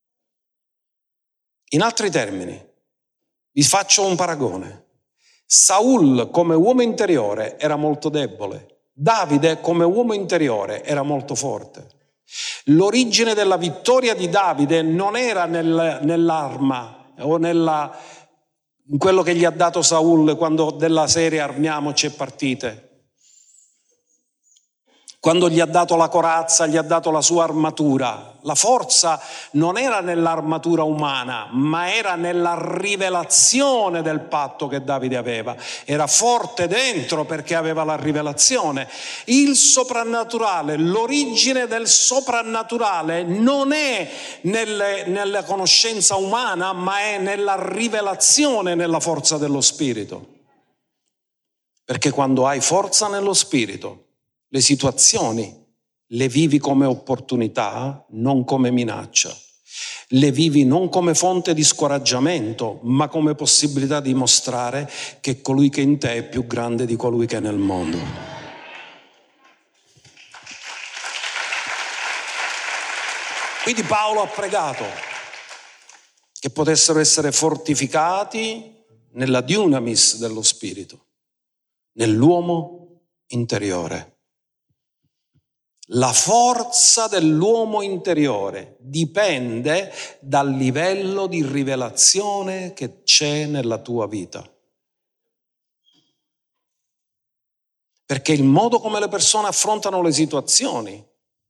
In altri termini, vi faccio un paragone. Saul come uomo interiore era molto debole. Davide come uomo interiore era molto forte. L'origine della vittoria di Davide non era nell'arma o in quello che gli ha dato Saul quando della serie armiamoci e partite. Quando gli ha dato la corazza, gli ha dato la sua armatura. La forza non era nell'armatura umana, ma era nella rivelazione del patto che Davide aveva. Era forte dentro perché aveva la rivelazione. Il soprannaturale, l'origine del soprannaturale non è nella conoscenza umana, ma è nella rivelazione, nella forza dello Spirito. Perché quando hai forza nello Spirito, le situazioni le vivi come opportunità, non come minaccia. Le vivi non come fonte di scoraggiamento, ma come possibilità di mostrare che colui che in te è più grande di colui che è nel mondo. Quindi Paolo ha pregato che potessero essere fortificati nella dunamis dello Spirito, nell'uomo interiore. La forza dell'uomo interiore dipende dal livello di rivelazione che c'è nella tua vita. Perché il modo come le persone affrontano le situazioni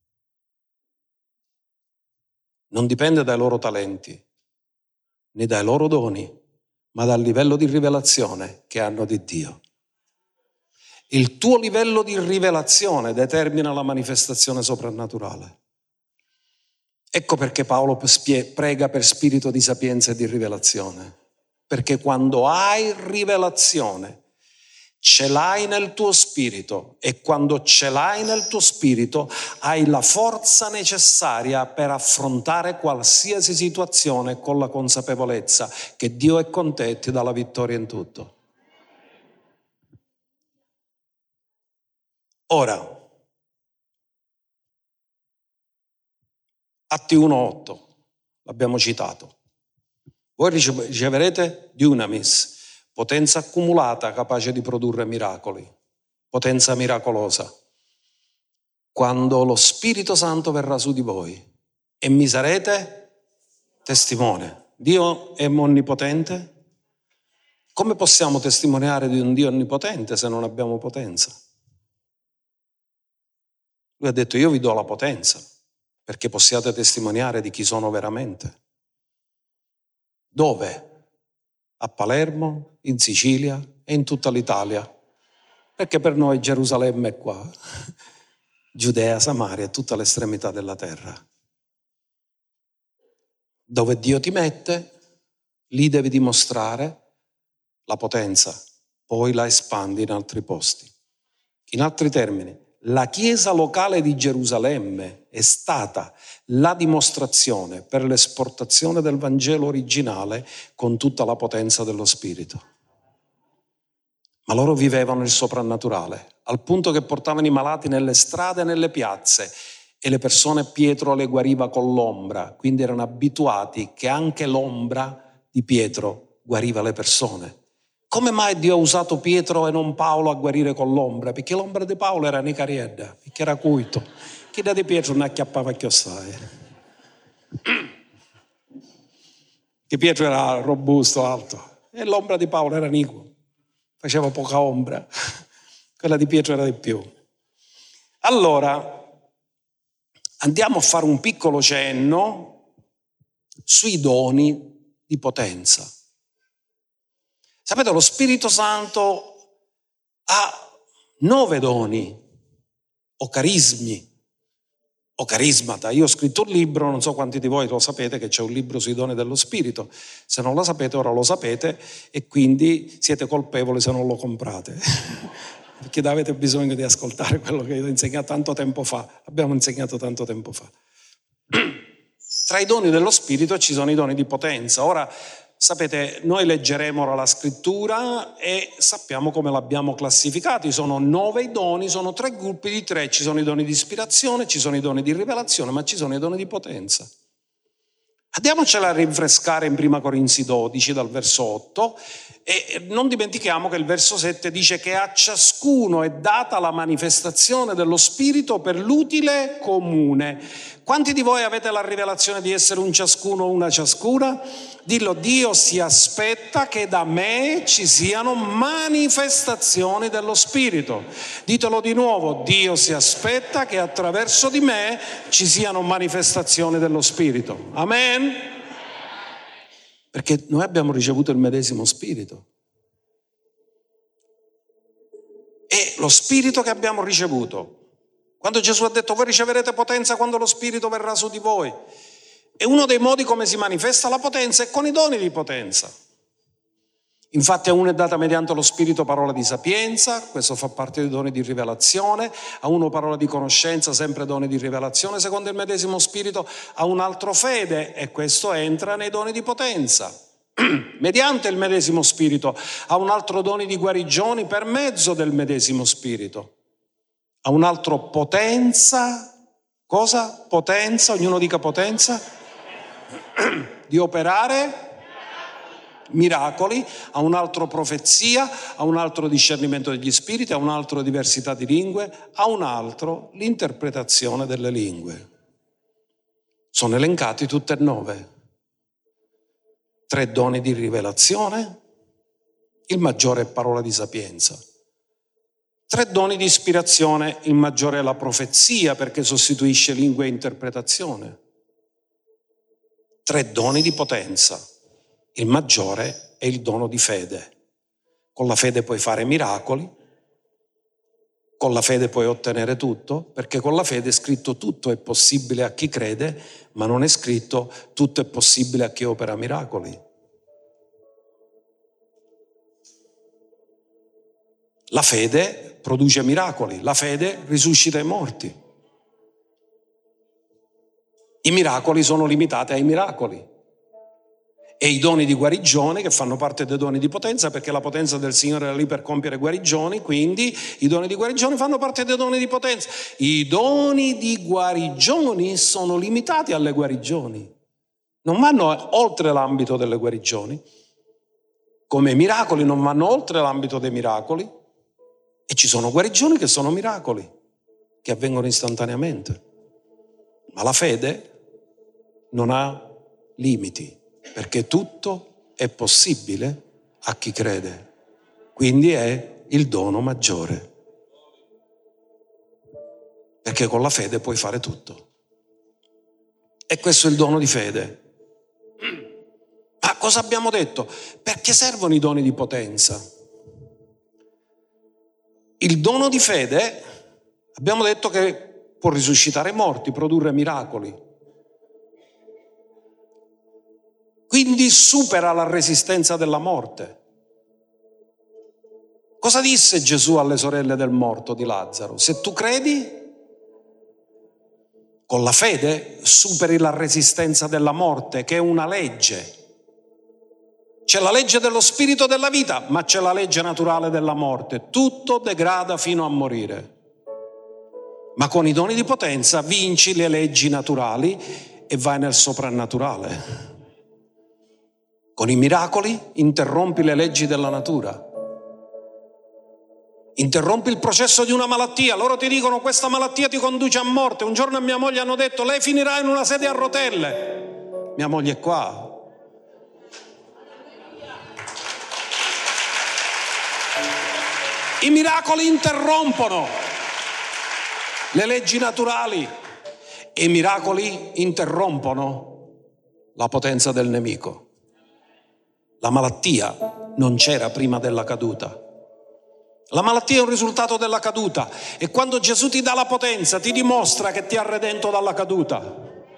non dipende dai loro talenti, né dai loro doni, ma dal livello di rivelazione che hanno di Dio. Il tuo livello di rivelazione determina la manifestazione soprannaturale. Ecco perché Paolo prega per spirito di sapienza e di rivelazione. Perché quando hai rivelazione, ce l'hai nel tuo spirito, e quando ce l'hai nel tuo spirito hai la forza necessaria per affrontare qualsiasi situazione con la consapevolezza che Dio è con te e ti dà la vittoria in tutto. Ora, Atti 1,8, l'abbiamo citato. Voi riceverete dunamis, potenza accumulata capace di produrre miracoli, potenza miracolosa, quando lo Spirito Santo verrà su di voi, e mi sarete testimone. Dio è onnipotente? Come possiamo testimoniare di un Dio onnipotente se non abbiamo potenza? Lui ha detto: io vi do la potenza perché possiate testimoniare di chi sono veramente. Dove? A Palermo, in Sicilia e in tutta l'Italia. Perché per noi Gerusalemme è qua, Giudea, Samaria e tutta l'estremità della terra. Dove Dio ti mette, lì devi dimostrare la potenza, poi la espandi in altri posti. In altri termini, la chiesa locale di Gerusalemme è stata la dimostrazione per l'esportazione del Vangelo originale con tutta la potenza dello Spirito. Ma loro vivevano il soprannaturale, al punto che portavano i malati nelle strade e nelle piazze, e le persone Pietro le guariva con l'ombra, quindi erano abituati che anche l'ombra di Pietro guariva le persone. Come mai Dio ha usato Pietro e non Paolo a guarire con l'ombra? Perché l'ombra di Paolo era nicariedda, perché era cuito. Chi da di Pietro non acchiappava chiossai. Che Pietro era robusto, alto, e l'ombra di Paolo era nico, faceva poca ombra. Quella di Pietro era di più. Allora, andiamo a fare un piccolo cenno sui doni di potenza. Sapete, lo Spirito Santo ha 9 doni, o carismi, o carismata. Io ho scritto un libro, non so quanti di voi lo sapete, che c'è un libro sui doni dello Spirito. Se non lo sapete, ora lo sapete, e quindi siete colpevoli se non lo comprate. Perché avete bisogno di ascoltare quello che io ho insegnato tanto tempo fa. Abbiamo insegnato tanto tempo fa. Tra i doni dello Spirito ci sono i doni di potenza. Ora, sapete, noi leggeremo ora la scrittura e sappiamo come l'abbiamo classificati. Sono 9 i doni, sono 3 gruppi di 3. Ci sono i doni di ispirazione, ci sono i doni di rivelazione, ma ci sono i doni di potenza. Andiamocela a rinfrescare in 1 Corinzi 12 dal verso 8. E non dimentichiamo che il verso 7 dice che a ciascuno è data la manifestazione dello Spirito per l'utile comune. Quanti di voi avete la rivelazione di essere un ciascuno o una ciascuna? Dillo: Dio si aspetta che da me ci siano manifestazioni dello Spirito. Ditelo di nuovo: Dio si aspetta che attraverso di me ci siano manifestazioni dello Spirito. Amen? Perché noi abbiamo ricevuto il medesimo Spirito. E lo Spirito che abbiamo ricevuto, quando Gesù ha detto voi riceverete potenza quando lo Spirito verrà su di voi, e uno dei modi come si manifesta la potenza è con i doni di potenza. Infatti a uno è data mediante lo Spirito parola di sapienza, questo fa parte dei doni di rivelazione, a uno parola di conoscenza, sempre doni di rivelazione secondo il medesimo Spirito, a un altro fede, e questo entra nei doni di potenza. Mediante il medesimo Spirito, a un altro doni di guarigioni per mezzo del medesimo Spirito, a un altro potenza, cosa? Potenza, ognuno dica potenza, di operare miracoli, a un altro profezia, a un altro discernimento degli spiriti, a un altro diversità di lingue, a un altro l'interpretazione delle lingue. Sono elencati tutte e 9. 3 doni di rivelazione, il maggiore è parola di sapienza. 3 doni di ispirazione, il maggiore è la profezia perché sostituisce lingua e interpretazione. 3 doni di potenza. Il maggiore è il dono di fede. Con la fede puoi fare miracoli, con la fede puoi ottenere tutto, perché con la fede è scritto tutto è possibile a chi crede, ma non è scritto tutto è possibile a chi opera miracoli. La fede produce miracoli, la fede risuscita i morti. I miracoli sono limitati ai miracoli. E i doni di guarigione che fanno parte dei doni di potenza, perché la potenza del Signore era lì per compiere guarigioni, quindi i doni di guarigione fanno parte dei doni di potenza. I doni di guarigioni sono limitati alle guarigioni, non vanno oltre l'ambito delle guarigioni, come i miracoli non vanno oltre l'ambito dei miracoli, e ci sono guarigioni che sono miracoli, che avvengono istantaneamente. Ma la fede non ha limiti, perché tutto è possibile a chi crede, quindi è il dono maggiore, perché con la fede puoi fare tutto. E questo è il dono di fede. Ma cosa abbiamo detto? Perché servono i doni di potenza? Il dono di fede, abbiamo detto che può risuscitare i morti, produrre miracoli. Quindi supera la resistenza della morte. Cosa disse Gesù alle sorelle del morto di Lazzaro? Se tu credi, con la fede superi la resistenza della morte, che è una legge. C'è la legge dello spirito della vita, ma c'è la legge naturale della morte. Tutto degrada fino a morire. Ma con i doni di potenza vinci le leggi naturali e vai nel soprannaturale. Con i miracoli interrompi le leggi della natura. Interrompi il processo di una malattia. Loro ti dicono questa malattia ti conduce a morte. Un giorno a mia moglie hanno detto lei finirà in una sedia a rotelle. Mia moglie è qua. I miracoli interrompono le leggi naturali e i miracoli interrompono la potenza del nemico. La malattia non c'era prima della caduta. La malattia è un risultato della caduta e quando Gesù ti dà la potenza ti dimostra che ti ha redento dalla caduta.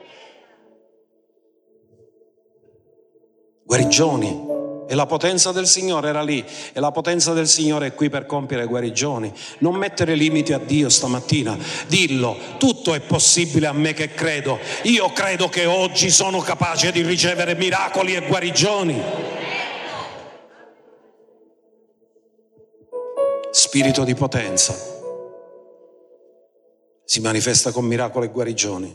Guarigioni. E la potenza del Signore era lì e la potenza del Signore è qui per compiere guarigioni. Non mettere limiti a Dio stamattina. Dillo, tutto è possibile a me che credo. Io credo che oggi sono capace di ricevere miracoli e guarigioni. Spirito di potenza si manifesta con miracoli e guarigioni.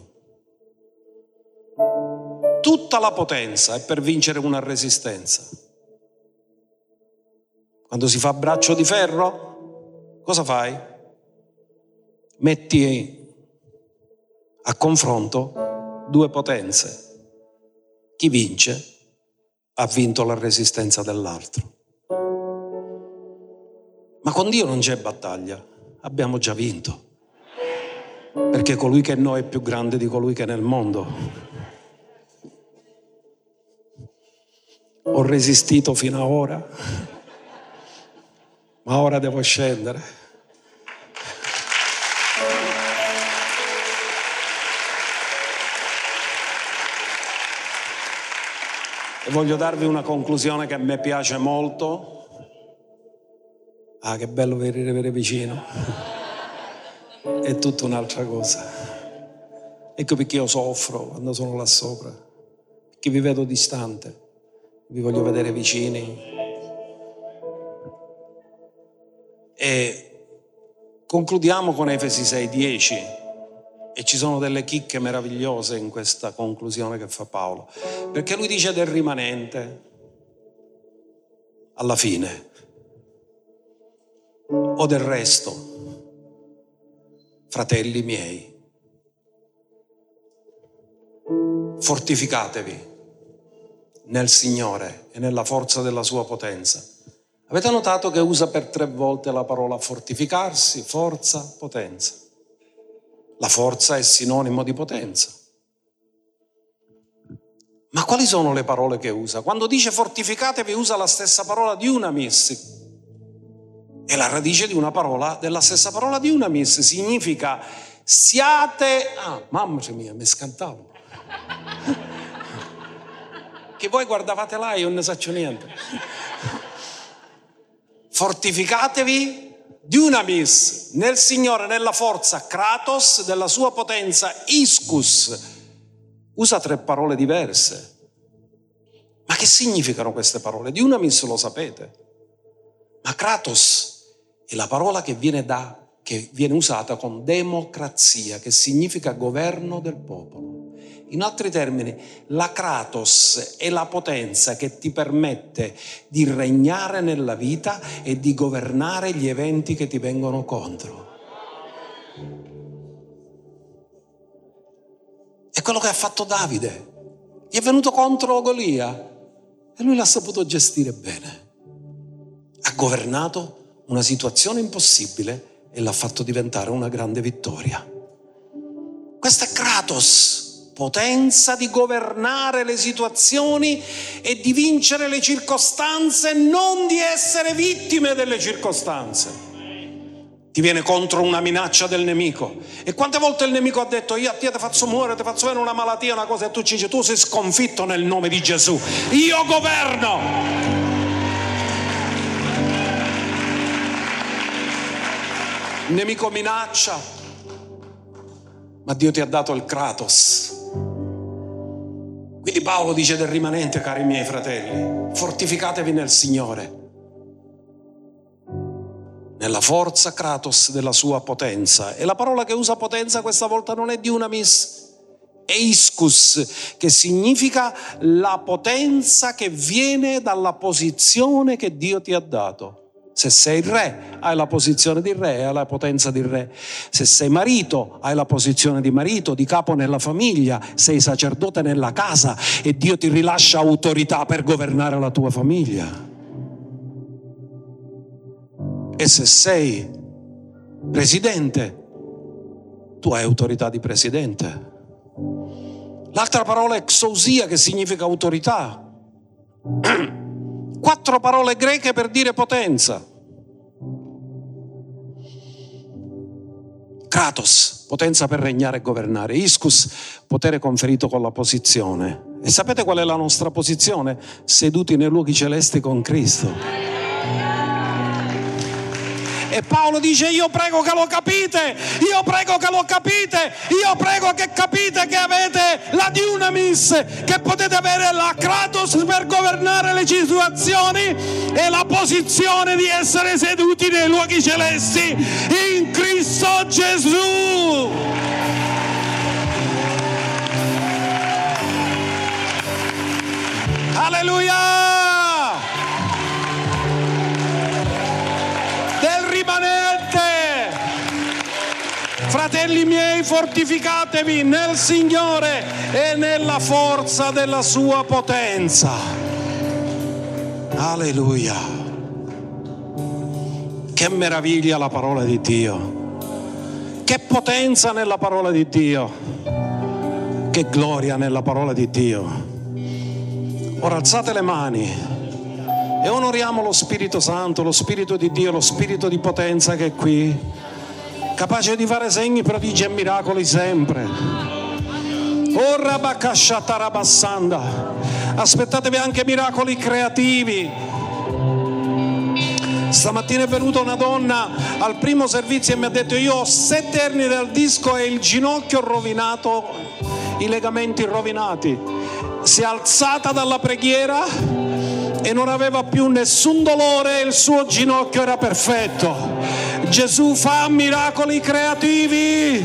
Tutta la potenza è per vincere una resistenza. Quando si fa braccio di ferro, cosa fai? Metti a confronto due potenze. Chi vince ha vinto la resistenza dell'altro. Ma con Dio non c'è battaglia, abbiamo già vinto. Perché colui che è in noi è più grande di colui che è nel mondo. Ho resistito fino ad ora, ma ora devo scendere. E voglio darvi una conclusione che a me piace molto. Ah, che bello vedere vicino. È tutta un'altra cosa. Ecco perché io soffro quando sono là sopra, perché vi vedo distante, vi voglio vedere vicini. E concludiamo con Efesi 6:10, e ci sono delle chicche meravigliose in questa conclusione che fa Paolo, perché lui dice del rimanente alla fine o del resto, fratelli miei, fortificatevi nel Signore e nella forza della sua potenza. Avete notato che usa per 3 volte la parola fortificarsi, forza, potenza. La forza è sinonimo di potenza. Ma quali sono le parole che usa? Quando dice fortificatevi usa la stessa parola dunamis. È la radice di una parola, della stessa parola dunamis. Significa siate... mamma mia, mi scantavo. Che voi guardavate là e io non ne saccio niente. Fortificatevi dunamis, nel Signore, nella forza, kratos, della sua potenza, ischus. Usa 3 parole diverse. Ma che significano queste parole? Dunamis lo sapete, ma kratos è la parola che viene usata con democrazia, che significa governo del popolo. In altri termini, la kratos è la potenza che ti permette di regnare nella vita e di governare gli eventi che ti vengono contro. È quello che ha fatto Davide. Gli è venuto contro Golia e lui l'ha saputo gestire bene. Ha governato una situazione impossibile e l'ha fatto diventare una grande vittoria. Questo è kratos, potenza di governare le situazioni e di vincere le circostanze, non di essere vittime delle circostanze. Ti viene contro una minaccia del nemico. E quante volte il nemico ha detto io a te ti faccio muovere, ti faccio avere una malattia, una cosa, e tu ci dici tu sei sconfitto nel nome di Gesù, io governo. Il nemico minaccia, ma Dio ti ha dato il kratos. Quindi Paolo dice del rimanente, cari miei fratelli, fortificatevi nel Signore, nella forza kratos della sua potenza. E la parola che usa potenza questa volta non è dunamis, è ischus, che significa la potenza che viene dalla posizione che Dio ti ha dato. Se sei il re, hai la posizione di re, hai la potenza di re. Se sei marito, hai la posizione di marito, di capo nella famiglia. Sei sacerdote nella casa e Dio ti rilascia autorità per governare la tua famiglia. E se sei presidente, tu hai autorità di presidente. L'altra parola è exousia, che significa autorità. 4 parole greche per dire potenza. Kratos, potenza per regnare e governare. Ischus, potere conferito con la posizione. E sapete qual è la nostra posizione? Seduti nei luoghi celesti con Cristo. E Paolo dice io prego che lo capite, io prego che lo capite, io prego che capite che avete la dunamis, che potete avere la kratos per governare le situazioni e la posizione di essere seduti nei luoghi celesti in Cristo Gesù. Alleluia! Fratelli miei, fortificatevi nel Signore e nella forza della sua potenza. Alleluia. Che meraviglia la parola di Dio. Che potenza nella parola di Dio. Che gloria nella parola di Dio. Ora alzate le mani e onoriamo lo Spirito Santo, lo Spirito di Dio, lo Spirito di potenza che è qui, capace di fare segni, prodigi e miracoli sempre. Ora bakashatarabassanda. Aspettatevi anche miracoli creativi. Stamattina è venuta una donna al primo servizio e mi ha detto: io ho 7 ernie del disco e il ginocchio rovinato, i legamenti rovinati. Si è alzata dalla preghiera e non aveva più nessun dolore, il suo ginocchio era perfetto. Gesù fa miracoli creativi.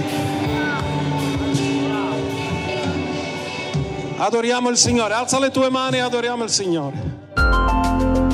Adoriamo il Signore. Alza le tue mani e adoriamo il Signore.